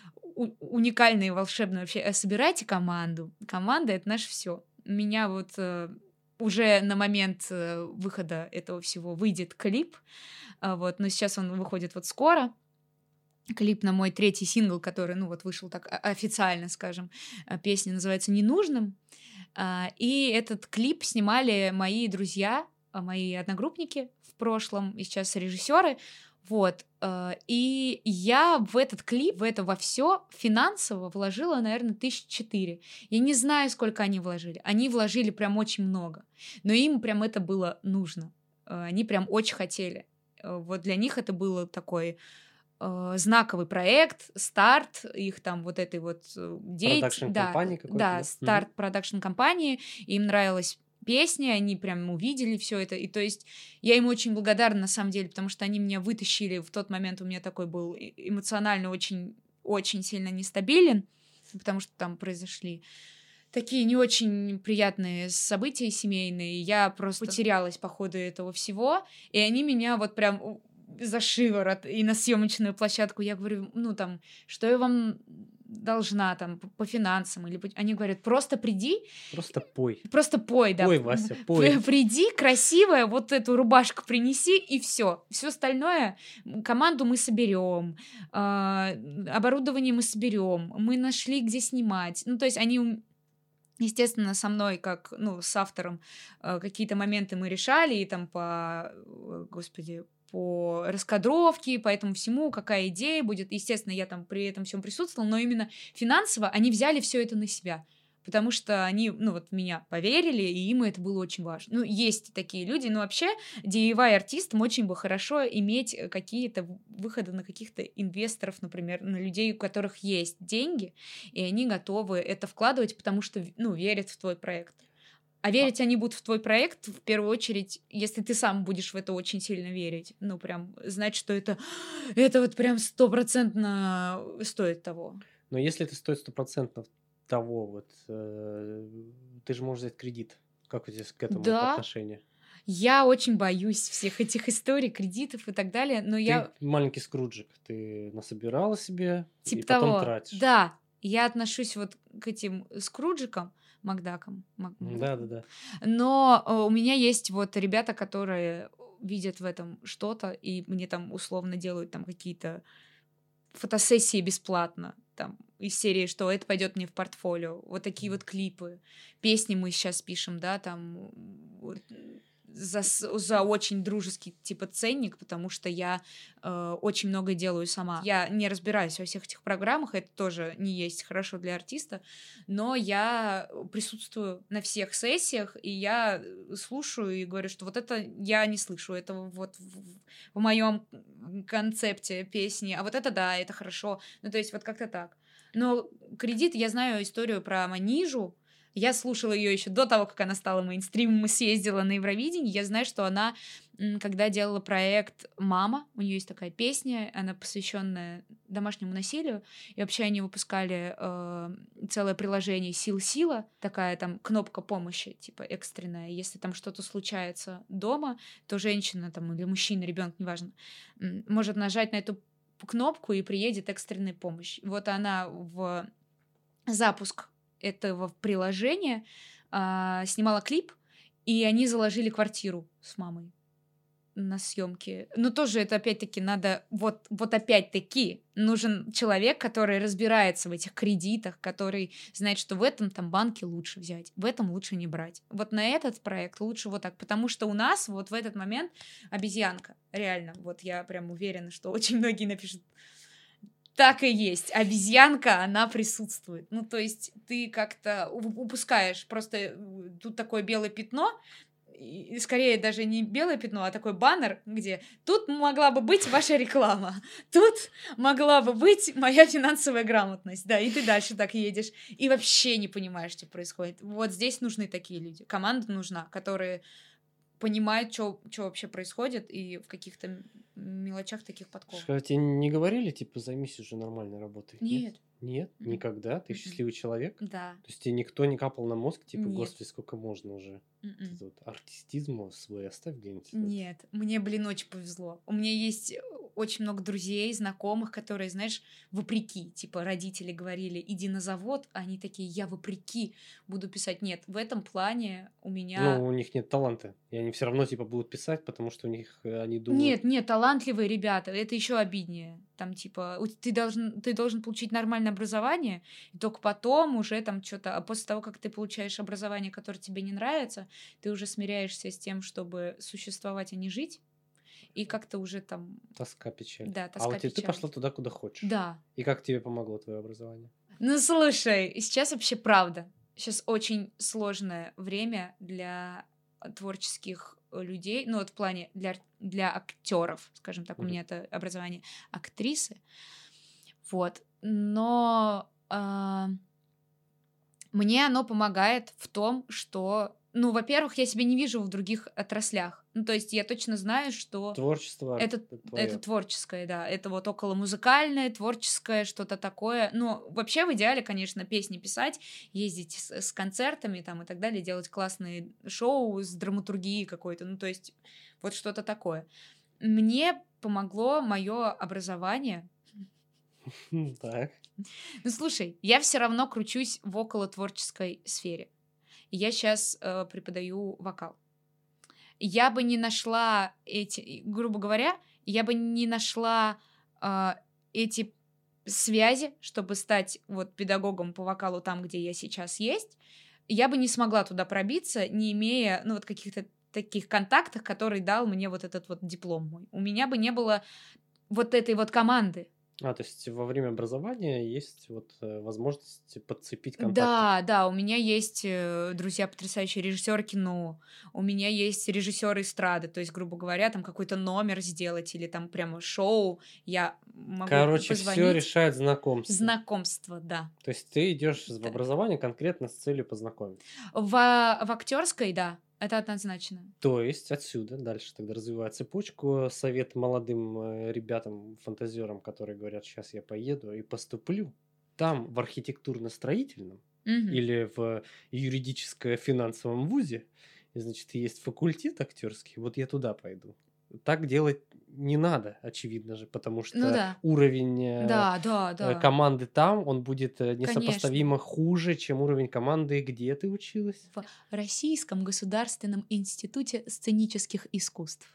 [SPEAKER 2] у- уникальные волшебные вообще. э, Собирайте команду. Команда — это наше все. Меня вот э, уже на момент э, выхода этого всего выйдет клип. А вот, но сейчас он выходит вот скоро. Клип на мой третий сингл, который, ну, вот вышел так о- официально, скажем. А, Песня называется «Ненужным». А, И этот клип снимали мои друзья, а, мои одногруппники в прошлом, и сейчас режиссеры. Вот. а, И я в этот клип, в это во все финансово вложила, наверное, тысяч четыре. Я не знаю, сколько они вложили. Они вложили прям очень много. Но им прям это было нужно. А, Они прям очень хотели. А, Вот для них это было такой э, знаковый проект, старт их там вот этой вот деятельности,
[SPEAKER 1] Продакшн
[SPEAKER 2] да,
[SPEAKER 1] компании какой-то,
[SPEAKER 2] да,
[SPEAKER 1] да? Мгм.
[SPEAKER 2] старт продакшн компании, им нравилась песня, они прям увидели все это, и то есть я им очень благодарна на самом деле, потому что они меня вытащили, в тот момент у меня такой был э- эмоционально очень, очень сильно нестабилен, потому что там произошли такие не очень приятные события семейные. Я просто потерялась по ходу этого всего, и они меня вот прям у- за шиворот и на съемочную площадку. Я говорю, ну там, что я вам должна там по по финансам или по- они говорят, просто приди,
[SPEAKER 1] Просто пой.
[SPEAKER 2] просто пой, да,
[SPEAKER 1] Пой,
[SPEAKER 2] п-
[SPEAKER 1] Вася,
[SPEAKER 2] п-
[SPEAKER 1] пой.
[SPEAKER 2] приди, красивая, вот эту рубашку принеси и все, все остальное м, команду мы соберем, оборудование мы соберем, мы нашли где снимать, ну то есть они естественно, со мной, как, ну, с автором, э, какие-то моменты мы решали, и там по, э, господи, по раскадровке, по этому всему, какая идея будет. Естественно, я там при этом всем присутствовала, но именно финансово они взяли все это на себя. Потому что они, ну, вот в меня поверили, и им это было очень важно. Ну, есть такие люди, но вообще ди ай вай-артистам очень бы хорошо иметь э, какие-то в- выходы на каких-то инвесторов, например, на людей, у которых есть деньги, и они готовы это вкладывать, потому что, ну, верят в твой проект. А
[SPEAKER 1] А,
[SPEAKER 2] верить они будут в твой проект, в первую очередь, если ты сам будешь в это очень сильно верить. Ну, прям знать, что это, это вот прям стопроцентно стоит того.
[SPEAKER 1] Но если это стоит стопроцентно того, вот, э, ты же можешь взять кредит. Как у тебя с- к этому
[SPEAKER 2] Да,
[SPEAKER 1] отношение?
[SPEAKER 2] я очень боюсь всех этих историй, кредитов и так далее, но
[SPEAKER 1] Ты
[SPEAKER 2] я
[SPEAKER 1] маленький Скруджик, ты насобирала себе и
[SPEAKER 2] типа
[SPEAKER 1] потом
[SPEAKER 2] того,
[SPEAKER 1] тратишь.
[SPEAKER 2] да, я отношусь вот к этим скруджикам, Макдакам, Мак-
[SPEAKER 1] Да-да-да.
[SPEAKER 2] но э, у меня есть вот ребята, которые видят в этом что-то, и мне там условно делают там какие-то фотосессии бесплатно, там, из серии, что это пойдет мне в портфолио. Вот такие вот клипы. Песни мы сейчас пишем, да, там, вот, за, с- за очень дружеский типа ценник, потому что я э, очень много делаю сама. Я не разбираюсь во всех этих программах, это тоже не есть хорошо для артиста, но я присутствую на всех сессиях, и я э, слушаю и говорю, что вот это я не слышу, это вот в, в моем концепте песни, а вот это да, это хорошо. Ну, то есть вот как-то так. Но кредит, я знаю историю про Манижу. Я слушала ее еще до того, как она стала мейнстримом и съездила на Евровидение. Я знаю, что она, м, когда делала проект «Мама», у нее есть такая песня, она посвященная домашнему насилию, и вообще они выпускали э, целое приложение «Сил-сила», такая там кнопка помощи, типа экстренная. Если там что-то случается дома, то женщина там или мужчина, ребенок, неважно, м, может нажать на эту кнопку и приедет экстренная помощь. Вот она в запуск этого приложения а, снимала клип, и они заложили квартиру с мамой на съемки. Но тоже это опять-таки надо, вот, вот опять-таки нужен человек, который разбирается в этих кредитах, который знает, что в этом там банке лучше взять, в этом лучше не брать. Вот на этот проект лучше вот так, потому что у нас вот в этот момент обезьянка, реально, вот я прям уверена, что очень многие напишут, так и есть. Обезьянка, она присутствует. Ну, то есть ты как-то у- упускаешь просто э, тут такое белое пятно, и скорее даже не белое пятно, а такой баннер, где тут могла бы быть ваша реклама, тут могла бы быть моя финансовая грамотность, да, и ты дальше так едешь, и вообще не понимаешь, что происходит. Вот здесь нужны такие люди. Команда нужна, которые понимают, что вообще происходит, и в каких-то м- мелочах таких подкованы.
[SPEAKER 1] Ш- а тебе не говорили, типа, займись уже нормальной работой? Нет?
[SPEAKER 2] Нет,
[SPEAKER 1] Нет,
[SPEAKER 2] М.
[SPEAKER 1] никогда. Ты
[SPEAKER 2] Мгм.
[SPEAKER 1] счастливый человек.
[SPEAKER 2] Да.
[SPEAKER 1] То есть тебе никто не капал на мозг, типа,
[SPEAKER 2] Нет.
[SPEAKER 1] господи, сколько можно уже? Вот
[SPEAKER 2] М-м.
[SPEAKER 1] этот вот артистизм свой оставь где-нибудь. этот.
[SPEAKER 2] Нет, мне, блин, очень повезло. У меня есть э, очень много друзей, знакомых, которые, знаешь, вопреки, типа, родители говорили, иди на завод, а они такие, я вопреки буду писать. Нет, в этом плане у
[SPEAKER 1] Ну,
[SPEAKER 2] меня...
[SPEAKER 1] у них нет таланта. И они все равно, типа, будут писать, потому что у них, э, они думают,
[SPEAKER 2] Нет, нет, талантливые ребята, это еще обиднее. Там, типа, у- ты должен, ты должен получить нормальное образование, и только потом уже там что-то... А после того, как ты получаешь образование, которое тебе не нравится, ты уже смиряешься с тем, чтобы существовать, а не жить, и как-то уже там...
[SPEAKER 1] тоска, печаль.
[SPEAKER 2] Да,
[SPEAKER 1] А вот
[SPEAKER 2] тоска,
[SPEAKER 1] ты, ты
[SPEAKER 2] печаль.
[SPEAKER 1] пошла туда, куда хочешь.
[SPEAKER 2] Да.
[SPEAKER 1] И как тебе помогло твое образование?
[SPEAKER 2] Ну, слушай, сейчас вообще правда. Сейчас очень сложное время для творческих э, людей, ну вот в плане для, ар- для актеров, скажем так, у
[SPEAKER 1] Мгм.
[SPEAKER 2] меня это образование актрисы, вот. Но а, мне оно помогает в том, что, ну, во-первых, я себя не вижу в других отраслях. Ну, то есть я точно знаю, что
[SPEAKER 1] Творчество
[SPEAKER 2] это, это
[SPEAKER 1] твое.
[SPEAKER 2] творческое, да. Это вот около музыкальное, творческое, что-то такое. Ну, вообще, в идеале, конечно, песни писать, ездить с, с концертами там и так далее, делать классные шоу с драматургией какой-то. Ну, то есть вот что-то такое. Мне помогло мое образование.
[SPEAKER 1] Так.
[SPEAKER 2] Ну, слушай, я все равно кручусь в около творческой сфере. И я сейчас преподаю вокал. Я бы не нашла эти, и, грубо говоря, я бы не нашла а, эти связи, чтобы стать вот педагогом по вокалу там, где я сейчас есть. Я бы не смогла туда пробиться, не имея, ну, вот каких-то таких контактов, который дал мне вот этот вот диплом мой. У меня бы не было вот этой вот команды.
[SPEAKER 1] А, то есть во время образования есть вот э, возможность подцепить контакты.
[SPEAKER 2] Да, да, у меня есть э, друзья потрясающие режиссеры кино, у меня есть режиссеры эстрады, то есть, грубо говоря, там какой-то номер сделать или там прямо шоу, я могу
[SPEAKER 1] Короче, все
[SPEAKER 2] позвонить.
[SPEAKER 1] решает знакомство.
[SPEAKER 2] Знакомство, да.
[SPEAKER 1] То есть ты идешь в
[SPEAKER 2] Да.
[SPEAKER 1] образование конкретно с целью познакомиться.
[SPEAKER 2] В, в актерской, да, это однозначно.
[SPEAKER 1] То есть отсюда дальше тогда развивая цепочку, совет молодым э, ребятам, фантазерам, которые говорят, сейчас я поеду и поступлю там в архитектурно-строительном
[SPEAKER 2] Мгм.
[SPEAKER 1] или в юридическо-финансовом вузе, и, значит, есть факультет актерский, вот я туда пойду. Так делать не надо, очевидно же, потому
[SPEAKER 2] Ну
[SPEAKER 1] что
[SPEAKER 2] да,
[SPEAKER 1] уровень э,
[SPEAKER 2] да, да,
[SPEAKER 1] э,
[SPEAKER 2] да,
[SPEAKER 1] команды там, он будет э,
[SPEAKER 2] конечно.
[SPEAKER 1] несопоставимо хуже, чем уровень команды, где ты училась.
[SPEAKER 2] В Российском государственном институте сценических искусств.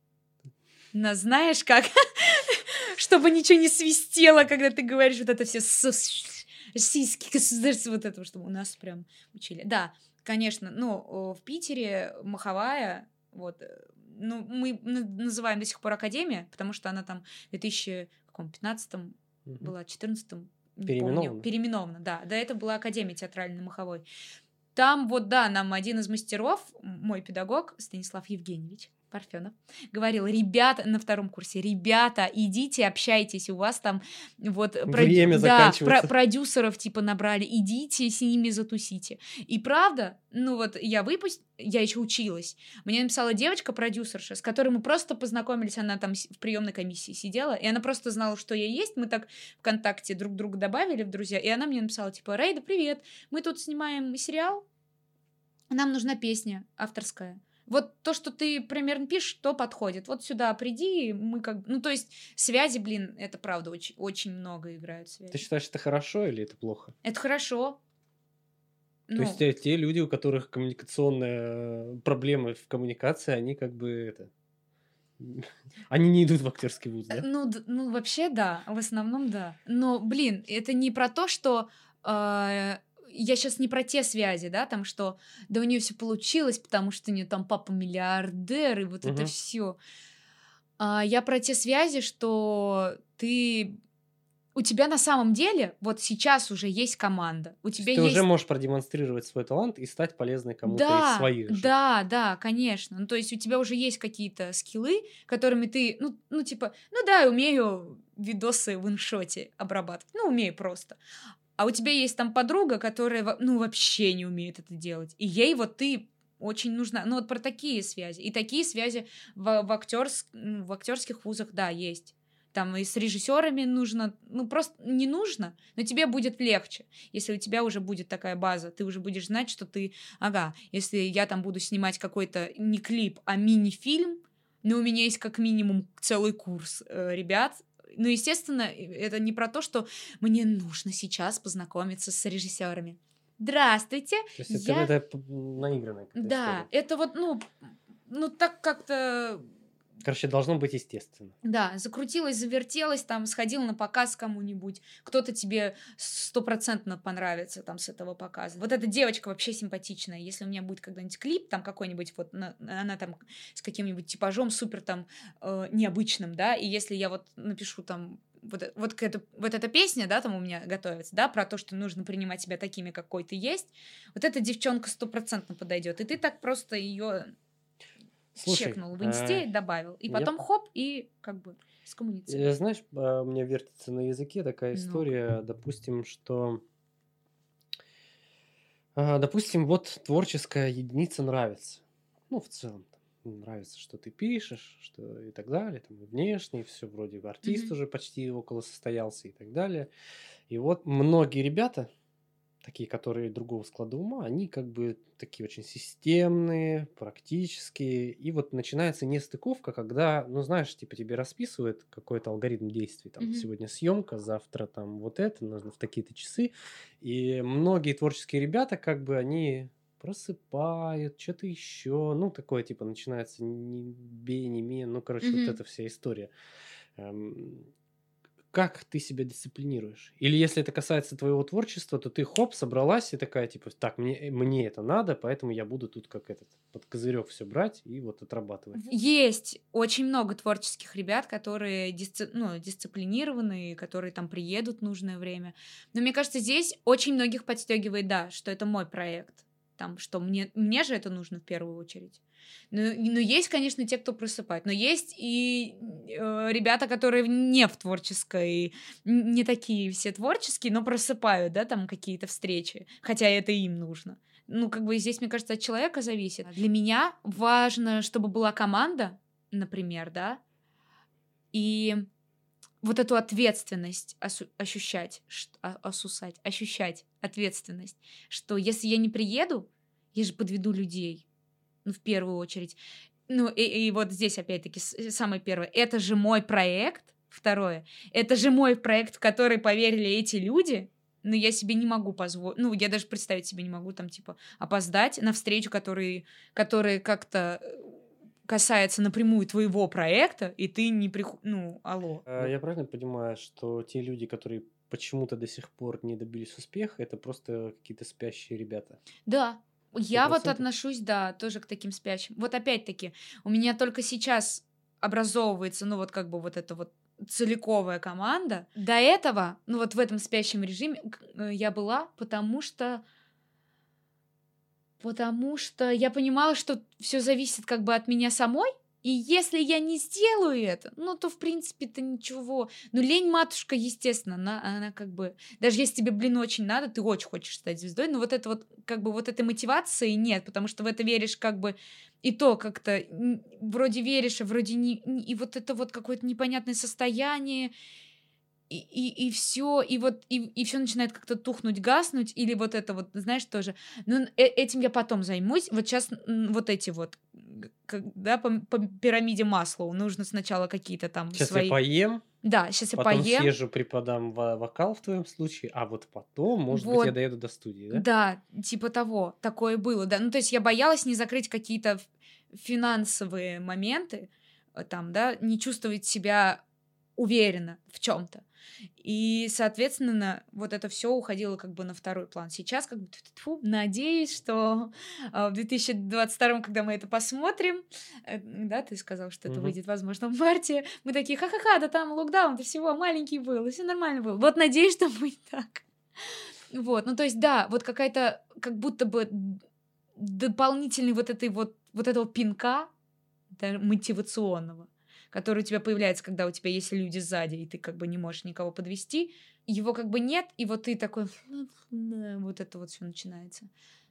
[SPEAKER 2] Но знаешь как? Чтобы ничего не свистело, когда ты говоришь вот это все российские государства, вот это, чтобы у нас прям учили. Да, конечно, ну, о, в Питере Маховая, вот, э, ну, мы на- называем до сих пор Академия, потому что она там в две тысячи пятнадцатом
[SPEAKER 1] Мгм.
[SPEAKER 2] была, четырнадцатом, не помню,
[SPEAKER 1] Переименована.
[SPEAKER 2] переименована, да. До этого была Академия театральной на Маховой. Там вот, да, нам один из мастеров, м, мой педагог Станислав Евгеньевич Парфенов, говорил, ребята, на втором курсе, ребята, идите, общайтесь, у вас там вот продю-
[SPEAKER 1] Время
[SPEAKER 2] да, про-
[SPEAKER 1] заканчивается.
[SPEAKER 2] продюсеров типа набрали, идите с ними затусите. И правда, ну вот я выпустила, я еще училась, мне написала девочка-продюсерша, с которой мы просто познакомились, она там с- в приемной комиссии сидела, и она просто знала, что я есть, мы так ВКонтакте друг друга добавили в друзья, и она мне написала, типа, Рейда, привет, мы тут снимаем сериал, нам нужна песня авторская. Вот то, что ты примерно пишешь, то подходит. Вот сюда приди, мы как... Ну, то есть связи, блин, это правда очень, очень много играют связи.
[SPEAKER 1] Ты считаешь, это хорошо или это плохо?
[SPEAKER 2] Это хорошо.
[SPEAKER 1] То
[SPEAKER 2] Ну,
[SPEAKER 1] есть э, те люди, у которых коммуникационные э, проблемы в коммуникации, они как бы это... Они не идут в актерский вуз,
[SPEAKER 2] э,
[SPEAKER 1] да?
[SPEAKER 2] ну, д- ну, вообще, да, в основном, да. Но, блин, это не про то, что... э, я сейчас не про те связи, да, там, что да у нее все получилось, потому что у нее там папа миллиардер, и вот это
[SPEAKER 1] Мгм.
[SPEAKER 2] все. Я про те связи, что ты у тебя на самом деле вот сейчас уже есть команда, у
[SPEAKER 1] То
[SPEAKER 2] тебя
[SPEAKER 1] есть ты уже
[SPEAKER 2] есть...
[SPEAKER 1] можешь продемонстрировать свой талант и стать полезной кому-то из
[SPEAKER 2] Да,
[SPEAKER 1] своих же.
[SPEAKER 2] да, да, конечно. Ну, то есть у тебя уже есть какие-то скиллы, которыми ты, ну, ну, типа, ну да, я умею видосы в иншоте обрабатывать, ну, умею просто. А у тебя есть там подруга, которая, во- ну, вообще не умеет это делать. И ей вот ты очень нужна. Ну, вот про такие связи. И такие связи в, в, актерс- м, в актерских вузах, да, есть. там и с режиссерами нужно, ну просто не нужно, но тебе будет легче, если у тебя уже будет такая база, ты уже будешь знать, что ты, ага, если я там буду снимать какой-то не клип, а мини-фильм, но у меня есть как минимум целый курс э, ребят. Ну, естественно, это не про то, что мне нужно сейчас познакомиться с режиссерами. Здравствуйте.
[SPEAKER 1] То есть
[SPEAKER 2] я...
[SPEAKER 1] это, это наигранная какая-то
[SPEAKER 2] Да,
[SPEAKER 1] история.
[SPEAKER 2] это вот, ну, ну так как-то...
[SPEAKER 1] Короче, должно быть естественно.
[SPEAKER 2] Да, закрутилась, завертелась, там, сходила на показ кому-нибудь, кто-то тебе стопроцентно понравится там с этого показа. Вот эта девочка вообще симпатичная, если у меня будет когда-нибудь клип там какой-нибудь, вот на, она там с каким-нибудь типажом супер там э, необычным, да, и если я вот напишу там вот, вот, это, вот эта песня, да, там у меня готовится, да, про то, что нужно принимать себя такими, какой ты есть, вот эта девчонка стопроцентно подойдет, и ты так просто ее...
[SPEAKER 1] Слушай,
[SPEAKER 2] чекнул в инсте,
[SPEAKER 1] а,
[SPEAKER 2] добавил. И
[SPEAKER 1] я
[SPEAKER 2] потом хоп, и как бы скоммуницировал.
[SPEAKER 1] Э, Знаешь, а, у меня вертится на языке такая
[SPEAKER 2] Ну-ка.
[SPEAKER 1] история, допустим, что, а, допустим, вот творческая единица нравится. Ну, в целом, там, нравится, что ты пишешь, что и так далее, там, и внешне, все вроде бы артист
[SPEAKER 2] Мгм.
[SPEAKER 1] уже почти около состоялся и так далее. И вот многие ребята, такие, которые другого склада ума, они как бы такие очень системные, практические. И вот начинается нестыковка, когда, ну, знаешь, типа тебе расписывают какой-то алгоритм действий. Там
[SPEAKER 2] Мгм.
[SPEAKER 1] сегодня съемка, завтра там вот это, нужно в такие-то часы. И многие творческие ребята, как бы, они просыпают, что-то еще. Ну, такое, типа, начинается не бей, не ми. Ну, короче, вот
[SPEAKER 2] Мгм.
[SPEAKER 1] эта вся история. Эм, Как ты себя дисциплинируешь? Или если это касается твоего творчества, то ты хоп, собралась и такая, типа, так, мне, э, мне это надо, поэтому я буду тут как этот, под козырек все брать и вот отрабатывать.
[SPEAKER 2] Есть очень много творческих ребят, которые дисци- ну, дисциплинированные, которые там приедут в нужное время. Но мне кажется, здесь очень многих подстегивает, да, что это мой проект. Там, что мне, мне же это нужно в первую очередь. Но, но есть, конечно, те, кто просыпает. Но есть и э, ребята, которые не в творческой, н- не такие все творческие, но просыпают, да, там какие-то встречи. Хотя это им нужно. Ну, как бы здесь, мне кажется, от человека зависит. Для меня важно, чтобы была команда, например, да, и вот эту ответственность осу- ощущать, ш- а- осусать, ощущать ответственность, что если я не приеду, я же подведу людей, ну, в первую очередь. Ну, и, и вот здесь, опять-таки, с- самое первое, это же мой проект, второе, это же мой проект, в который поверили эти люди, но я себе не могу позволить, ну, я даже представить себе не могу, там, типа, опоздать на встречу, которые, которые как-то э, касается напрямую твоего проекта, и ты не приход... Ну, алло.
[SPEAKER 1] А Я правильно понимаю, что те люди, которые почему-то до сих пор не добились успеха, это просто какие-то спящие ребята?
[SPEAKER 2] Да,
[SPEAKER 1] Сто
[SPEAKER 2] я вот
[SPEAKER 1] процентов?
[SPEAKER 2] отношусь, да, тоже к таким спящим. Вот опять-таки, у меня только сейчас образовывается, ну, вот как бы вот эта вот целиковая команда. До этого, ну, вот в этом спящем режиме к- э, я была, потому что Потому что я понимала, что все зависит как бы от меня самой, и если я не сделаю это, ну, то, в принципе-то ничего. Ну, лень, матушка, естественно, она, она как бы... Даже если тебе, блин, очень надо, ты очень хочешь стать звездой, но вот это вот, как бы, вот этой мотивации нет, потому что в это веришь как бы и то как-то н- вроде веришь, а вроде не... не- И вот это вот какое-то непонятное состояние, и, и, и все, и вот, и, и все начинает как-то тухнуть, гаснуть, или вот это вот, знаешь, тоже. Ну, э- этим я потом займусь. Вот сейчас вот эти вот, г- как- да, по, по пирамиде Маслоу нужно сначала какие-то там
[SPEAKER 1] Сейчас я
[SPEAKER 2] свои...
[SPEAKER 1] поем,
[SPEAKER 2] Да, сейчас я
[SPEAKER 1] потом
[SPEAKER 2] поем.
[SPEAKER 1] съезжу, преподам во- вокал в твоем случае, а вот потом, может быть, я
[SPEAKER 2] Вот,
[SPEAKER 1] доеду до студии, да?
[SPEAKER 2] да, типа того, такое было, да. Ну, то есть я боялась не закрыть какие-то ф- финансовые моменты, э, там, да, не чувствовать себя уверенно в чем-то. И, соответственно, вот это все уходило как бы на второй план. Сейчас как бы тьфу-тьфу, надеюсь, что а, в две тысячи двадцать втором, когда мы это посмотрим, э, да, ты сказал, что это
[SPEAKER 1] Мгм.
[SPEAKER 2] выйдет, возможно, в марте, мы такие, ха-ха-ха, да там локдаун-то всего маленький был, все нормально было. Вот надеюсь, что будет так. Вот, ну то есть, да, вот какая-то, как будто бы д- дополнительный вот этой вот, вот этого пинка, да, мотивационного, который у тебя появляется, когда у тебя есть люди сзади, и ты как бы не можешь никого подвести, его как бы нет, и вот ты такой, вот это вот все начинается.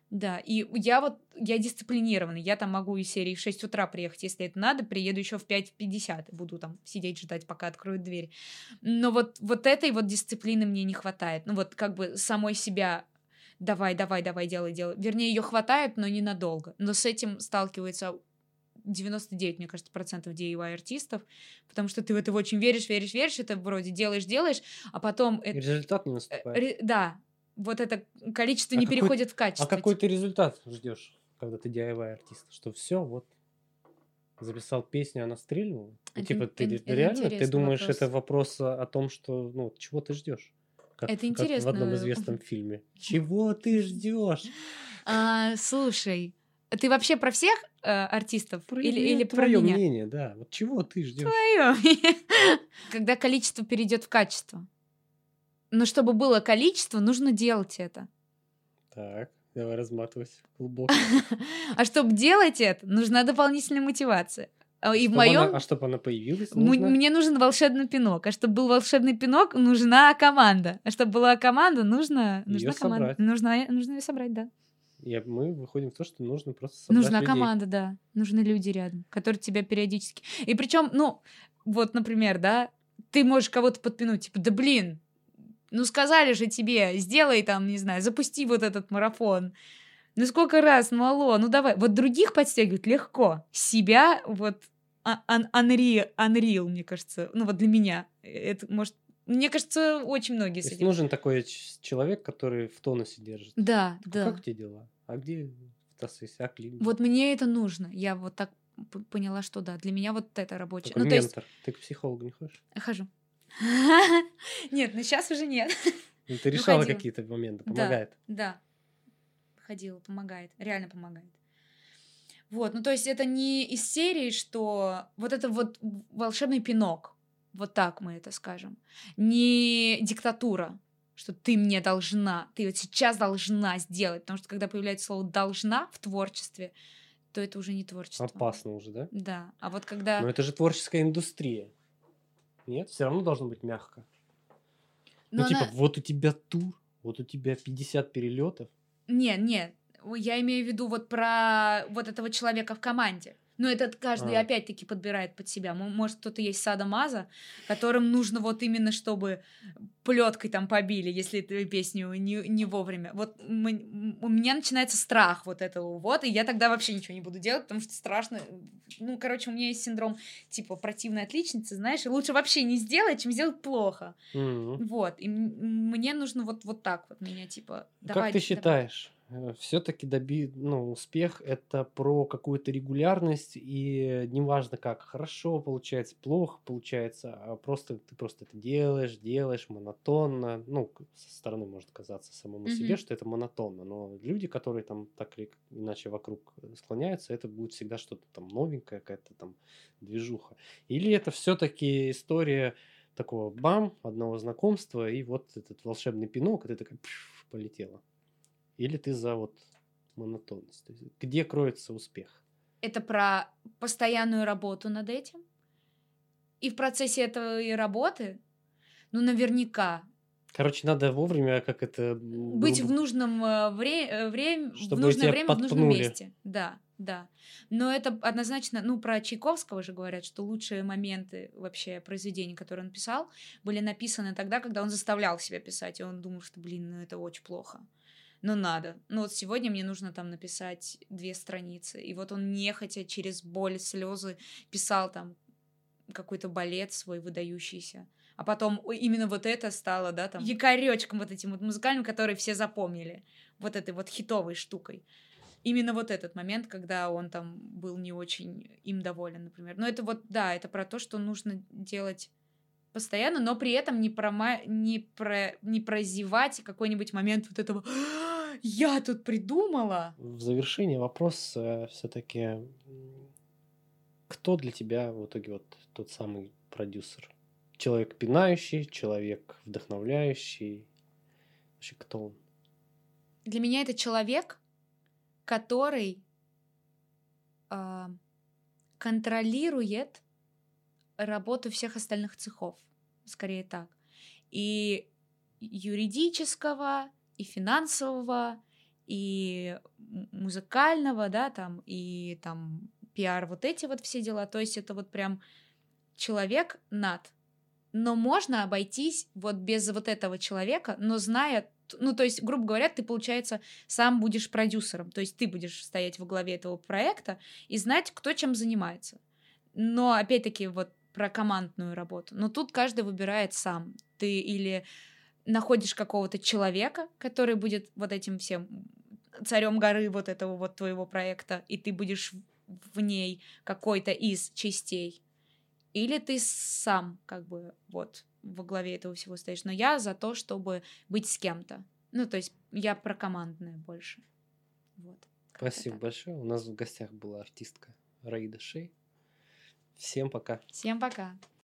[SPEAKER 2] Да, и я вот, я дисциплинированный, я там могу из серии в шесть утра приехать, если это надо, приеду еще в пять пятьдесят и буду там сидеть ждать, пока откроют дверь. Но вот, вот этой вот дисциплины мне не хватает. Ну вот как бы самой себя давай, давай, давай, делай, делай. Вернее, ее хватает, но ненадолго. Но с этим сталкивается девяносто девять, мне кажется, процентов ди ай вай-артистов, потому что ты в это очень веришь, веришь, веришь, это вроде делаешь, делаешь, а потом...
[SPEAKER 1] И
[SPEAKER 2] это-
[SPEAKER 1] результат не
[SPEAKER 2] э,
[SPEAKER 1] наступает.
[SPEAKER 2] ре- Да, вот это количество
[SPEAKER 1] А
[SPEAKER 2] не
[SPEAKER 1] какой,
[SPEAKER 2] переходит в
[SPEAKER 1] а
[SPEAKER 2] качество.
[SPEAKER 1] какой ты результат ждешь, когда ты ди ай вай-артист? Что все, вот, записал песню, она стрельнула? Ну,
[SPEAKER 2] Это,
[SPEAKER 1] типа,
[SPEAKER 2] ин-
[SPEAKER 1] ты
[SPEAKER 2] ин-
[SPEAKER 1] ре-
[SPEAKER 2] это
[SPEAKER 1] реально, ты
[SPEAKER 2] интересный
[SPEAKER 1] думаешь,
[SPEAKER 2] вопрос.
[SPEAKER 1] это вопрос о о том, что, ну, чего ты ждешь? Как,
[SPEAKER 2] Это
[SPEAKER 1] в- как в одном
[SPEAKER 2] интересно.
[SPEAKER 1] известном фильме. Чего ты ждешь?
[SPEAKER 2] А, слушай, ты вообще про всех э, артистов
[SPEAKER 1] Про
[SPEAKER 2] или, или про
[SPEAKER 1] твое
[SPEAKER 2] меня?
[SPEAKER 1] мнение, да. Вот чего ты ждешь?
[SPEAKER 2] Твое. Когда количество перейдет в качество. Но чтобы было количество, нужно делать это.
[SPEAKER 1] Так, давай разматывать клубок.
[SPEAKER 2] А чтобы делать это, нужна дополнительная мотивация. А, И в
[SPEAKER 1] Чтоб она,
[SPEAKER 2] моем
[SPEAKER 1] а чтобы она появилась,
[SPEAKER 2] М-
[SPEAKER 1] нужно...
[SPEAKER 2] Мне нужен волшебный пинок. А чтобы был волшебный пинок, нужна команда. А чтобы была команда, нужна,
[SPEAKER 1] Ее
[SPEAKER 2] нужна команда.
[SPEAKER 1] собрать.
[SPEAKER 2] Нужна, нужно ее собрать, да.
[SPEAKER 1] И мы выходим в то, что нужно просто собрать
[SPEAKER 2] Нужна
[SPEAKER 1] людей.
[SPEAKER 2] команда, да. Нужны люди рядом, которые тебя периодически... И причем, ну, вот, например, да, ты можешь кого-то подпинуть, типа, да блин, ну сказали же тебе, сделай там, не знаю, запусти вот этот марафон. Ну сколько раз, ну алло, ну давай. Вот других подстегивать легко. Себя вот а- un- unreal, unreal, мне кажется. Ну вот для меня. Это может... Мне кажется, очень многие
[SPEAKER 1] То
[SPEAKER 2] с
[SPEAKER 1] есть
[SPEAKER 2] этим...
[SPEAKER 1] нужен такой ч- человек, который в тонусе держит.
[SPEAKER 2] Да,
[SPEAKER 1] Такой,
[SPEAKER 2] да.
[SPEAKER 1] как у тебя дела? А где фотосессия? А клип?
[SPEAKER 2] Вот мне это нужно. Я вот так п- поняла, что да. Для меня вот это рабочее.
[SPEAKER 1] Такой
[SPEAKER 2] Ну то есть...
[SPEAKER 1] ментор. Ты к психологу не ходишь?
[SPEAKER 2] Хожу. Нет, ну сейчас уже нет.
[SPEAKER 1] Ну, ты
[SPEAKER 2] Ну,
[SPEAKER 1] решала
[SPEAKER 2] ходила.
[SPEAKER 1] какие-то моменты,
[SPEAKER 2] Да,
[SPEAKER 1] помогает.
[SPEAKER 2] да. Ходила, помогает. Реально помогает. Вот, ну то есть это не из серии, что вот это вот волшебный пинок. Вот так мы это скажем. Не диктатура, что ты мне должна, ты вот сейчас должна сделать. Потому что когда появляется слово «должна» в творчестве, то это уже не творчество.
[SPEAKER 1] Опасно уже, да?
[SPEAKER 2] Да. А вот когда...
[SPEAKER 1] Но это же творческая индустрия. Нет? Все равно должно быть мягко.
[SPEAKER 2] Но
[SPEAKER 1] Ну, типа,
[SPEAKER 2] она-
[SPEAKER 1] вот у тебя тур, вот у тебя пятьдесят перелетов.
[SPEAKER 2] Нет, нет. Я имею в виду вот про вот этого человека в команде. Но этот каждый
[SPEAKER 1] А.
[SPEAKER 2] опять-таки подбирает под себя. М- Может, кто-то есть садомаза, которым нужно вот именно, чтобы плеткой там побили, если эту песню не, не вовремя. Вот м- м- у меня начинается страх вот этого вот, и я тогда вообще ничего не буду делать, потому что страшно. Ну, короче, у меня есть синдром типа противной отличницы, знаешь, и лучше вообще не сделать, чем сделать плохо.
[SPEAKER 1] Мгм.
[SPEAKER 2] Вот, и м- мне нужно вот, вот так вот меня, типа, давай,
[SPEAKER 1] Как ты
[SPEAKER 2] давай.
[SPEAKER 1] считаешь, все-таки доби... ну, успех это про какую-то регулярность, и неважно как, хорошо получается, плохо получается, а просто ты просто это делаешь, делаешь монотонно. Ну, к- со стороны может казаться самому себе,
[SPEAKER 2] Мгм.
[SPEAKER 1] что это монотонно, но люди, которые там так или иначе вокруг склоняются, это будет всегда что-то там новенькое, какая-то там движуха. Или это все-таки история такого бам, одного знакомства, и вот этот волшебный пинок, и ты такая пф, полетела. Или ты за вот монотонность? То есть где кроется успех?
[SPEAKER 2] Это про постоянную работу над этим. И в процессе этой работы, ну, наверняка,
[SPEAKER 1] Короче, надо вовремя, как это, м,
[SPEAKER 2] быть в
[SPEAKER 1] грубо,
[SPEAKER 2] нужном э, вре- э, время, в
[SPEAKER 1] чтобы
[SPEAKER 2] нужное
[SPEAKER 1] тебя
[SPEAKER 2] время в нужном
[SPEAKER 1] подпнули.
[SPEAKER 2] месте. Да, да. Но это однозначно, ну, про Чайковского же говорят, что лучшие моменты вообще произведений, которые он писал, были написаны тогда, когда он заставлял себя писать, и он думал, что, блин, ну это очень плохо. Ну, надо. Ну, вот сегодня мне нужно там написать две страницы. И вот он нехотя через боль, слезы писал там какой-то балет свой выдающийся. А потом о, именно вот это стало, да, там, якоречком вот этим вот музыкальным, который все запомнили. Вот этой вот хитовой штукой. Именно вот этот момент, когда он там был не очень им доволен, например. Но это вот, да, это про то, что нужно делать постоянно, но при этом не, прома... не, про... не прозевать какой-нибудь момент вот этого «я тут придумала».
[SPEAKER 1] В завершение вопрос все-таки, кто для тебя в итоге вот тот самый продюсер? Человек пинающий, человек вдохновляющий? Вообще, кто он?
[SPEAKER 2] Для меня это человек, который э, контролирует работу всех остальных цехов, скорее так. И юридического, и финансового, и м- музыкального, да, там, и там пиар, вот эти вот все дела. То есть это вот прям человек над. Но можно обойтись вот без вот этого человека, но зная, т- ну, то есть, грубо говоря, ты, получается, сам будешь продюсером, то есть ты будешь стоять во главе этого проекта и знать, кто чем занимается. Но, опять-таки, вот про командную работу. Но тут каждый выбирает сам. Ты или находишь какого-то человека, который будет вот этим всем царем горы вот этого вот твоего проекта, и ты будешь в в ней какой-то из частей, или ты сам как бы вот во главе этого всего стоишь. Но я за то, чтобы быть с кем-то. Ну, то есть я про командное больше. Вот, как-то
[SPEAKER 1] Спасибо
[SPEAKER 2] так.
[SPEAKER 1] большое. У нас в гостях была артистка Раида Шей. Всем пока.
[SPEAKER 2] Всем пока.